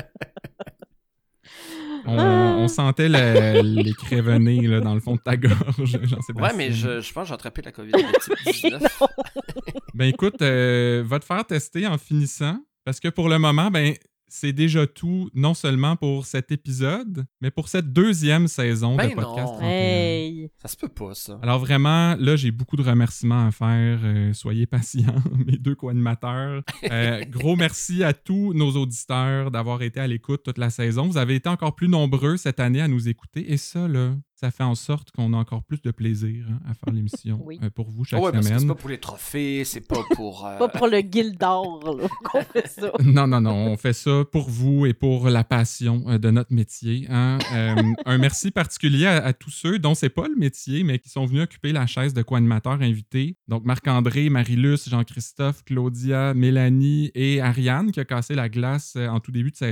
On sentait les crévenés là, dans le fond de ta gorge, Jean-Sébastien. Ouais, mais je pense que j'ai attrapé la COVID-19. Ben écoute, va te faire tester en finissant, parce que pour le moment, ben c'est déjà tout, non seulement pour cet épisode, mais pour cette deuxième saison de Podcast 31. Hey. Ça se peut pas, ça. Alors vraiment, là, j'ai beaucoup de remerciements à faire. Soyez patients, mes deux co-animateurs. Gros merci à tous nos auditeurs d'avoir été à l'écoute toute la saison. Vous avez été encore plus nombreux cette année à nous écouter. Et ça, là, ça fait en sorte qu'on a encore plus de plaisir à faire l'émission pour vous chaque semaine. Parce que c'est pas pour les trophées, c'est pas pour... Pas pour le Gildor qu'on fait ça. Non, on fait ça pour vous et pour la passion de notre métier. Hein? Un merci particulier à tous ceux dont c'est pas le métier, mais qui sont venus occuper la chaise de co-animateurs invités. Donc Marc-André, Marie-Luce, Jean-Christophe, Claudia, Mélanie et Ariane qui a cassé la glace en tout début de saison.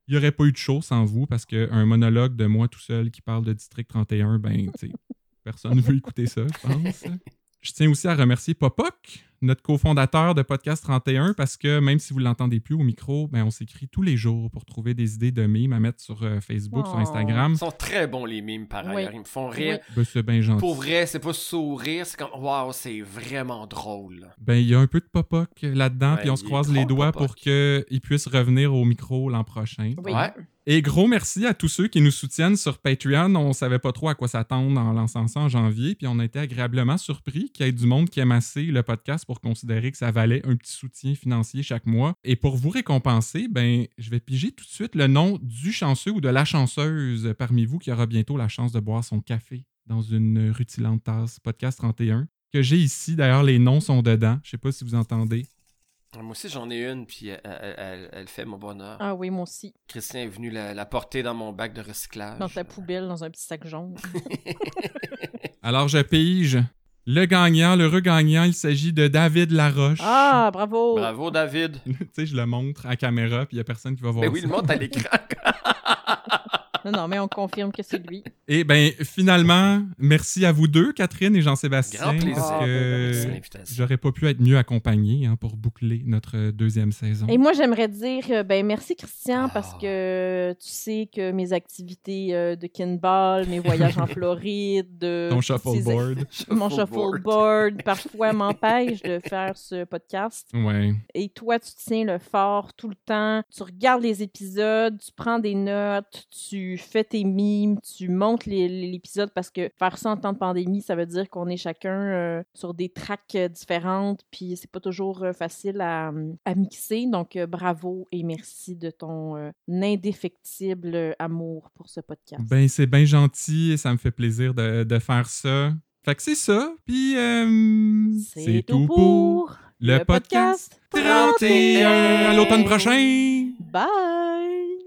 Il n'y aurait pas eu de show sans vous parce qu'un monologue de moi tout seul qui parle de District 31, ben, tu sais, personne ne veut écouter ça, je pense. Je tiens aussi à remercier Popoc, notre cofondateur de Podcast 31, parce que même si vous ne l'entendez plus au micro, ben on s'écrit tous les jours pour trouver des idées de mimes à mettre sur Facebook, sur Instagram. Ils sont très bons, les mimes, par ailleurs. Ils me font rire. Ben, c'est bien gentil. Pour vrai, c'est pas sourire, c'est comme « Wow, c'est vraiment drôle ». Ben, il y a un peu de Popoc là-dedans, puis on se croise les doigts Popoc. pour qu'il puisse revenir au micro l'an prochain. Oui. Ouais. Et gros merci à tous ceux qui nous soutiennent sur Patreon. On savait pas trop à quoi s'attendre en lançant ça en janvier, puis on a été agréablement surpris qu'il y ait du monde qui aime assez le podcast pour considérer que ça valait un petit soutien financier chaque mois. Et pour vous récompenser, ben, je vais piger tout de suite le nom du chanceux ou de la chanceuse parmi vous qui aura bientôt la chance de boire son café dans une rutilante tasse Podcast 31 que j'ai ici. D'ailleurs, les noms sont dedans. Je sais pas si vous entendez. Moi aussi, j'en ai une, puis elle fait mon bonheur. Ah oui, moi aussi. Christian est venu la porter dans mon bac de recyclage. Dans ta poubelle, dans un petit sac jaune. Alors, je pige. Le gagnant, l'heureux gagnant, il s'agit de David Laroche. Ah, bravo! Bravo, David. Tu sais, je le montre à caméra, puis il n'y a personne qui va voir Ben ça. oui, le montre à l'écran. Non, mais on confirme que c'est lui. Et bien, finalement, merci à vous deux, Catherine et Jean-Sébastien. Grand plaisir. Parce Merci que de l'invitation. j'aurais pas pu être mieux accompagné pour boucler notre deuxième saison. Et moi, j'aimerais dire merci Christian parce que tu sais que mes activités de kinball, mes voyages en Floride, Ton shuffleboard. mon shuffleboard parfois m'empêche de faire ce podcast. Ouais. Et toi, tu tiens le fort tout le temps. Tu regardes les épisodes, tu prends des notes, tu fais tes mimes, tu montes l'épisode parce que faire ça en temps de pandémie, ça veut dire qu'on est chacun sur des tracks différentes, puis c'est pas toujours facile à mixer. Donc, bravo et merci de ton indéfectible amour pour ce podcast. Ben, c'est bien gentil et ça me fait plaisir de faire ça. Fait que c'est ça, puis c'est tout pour le podcast 31 à l'automne prochain. Bye!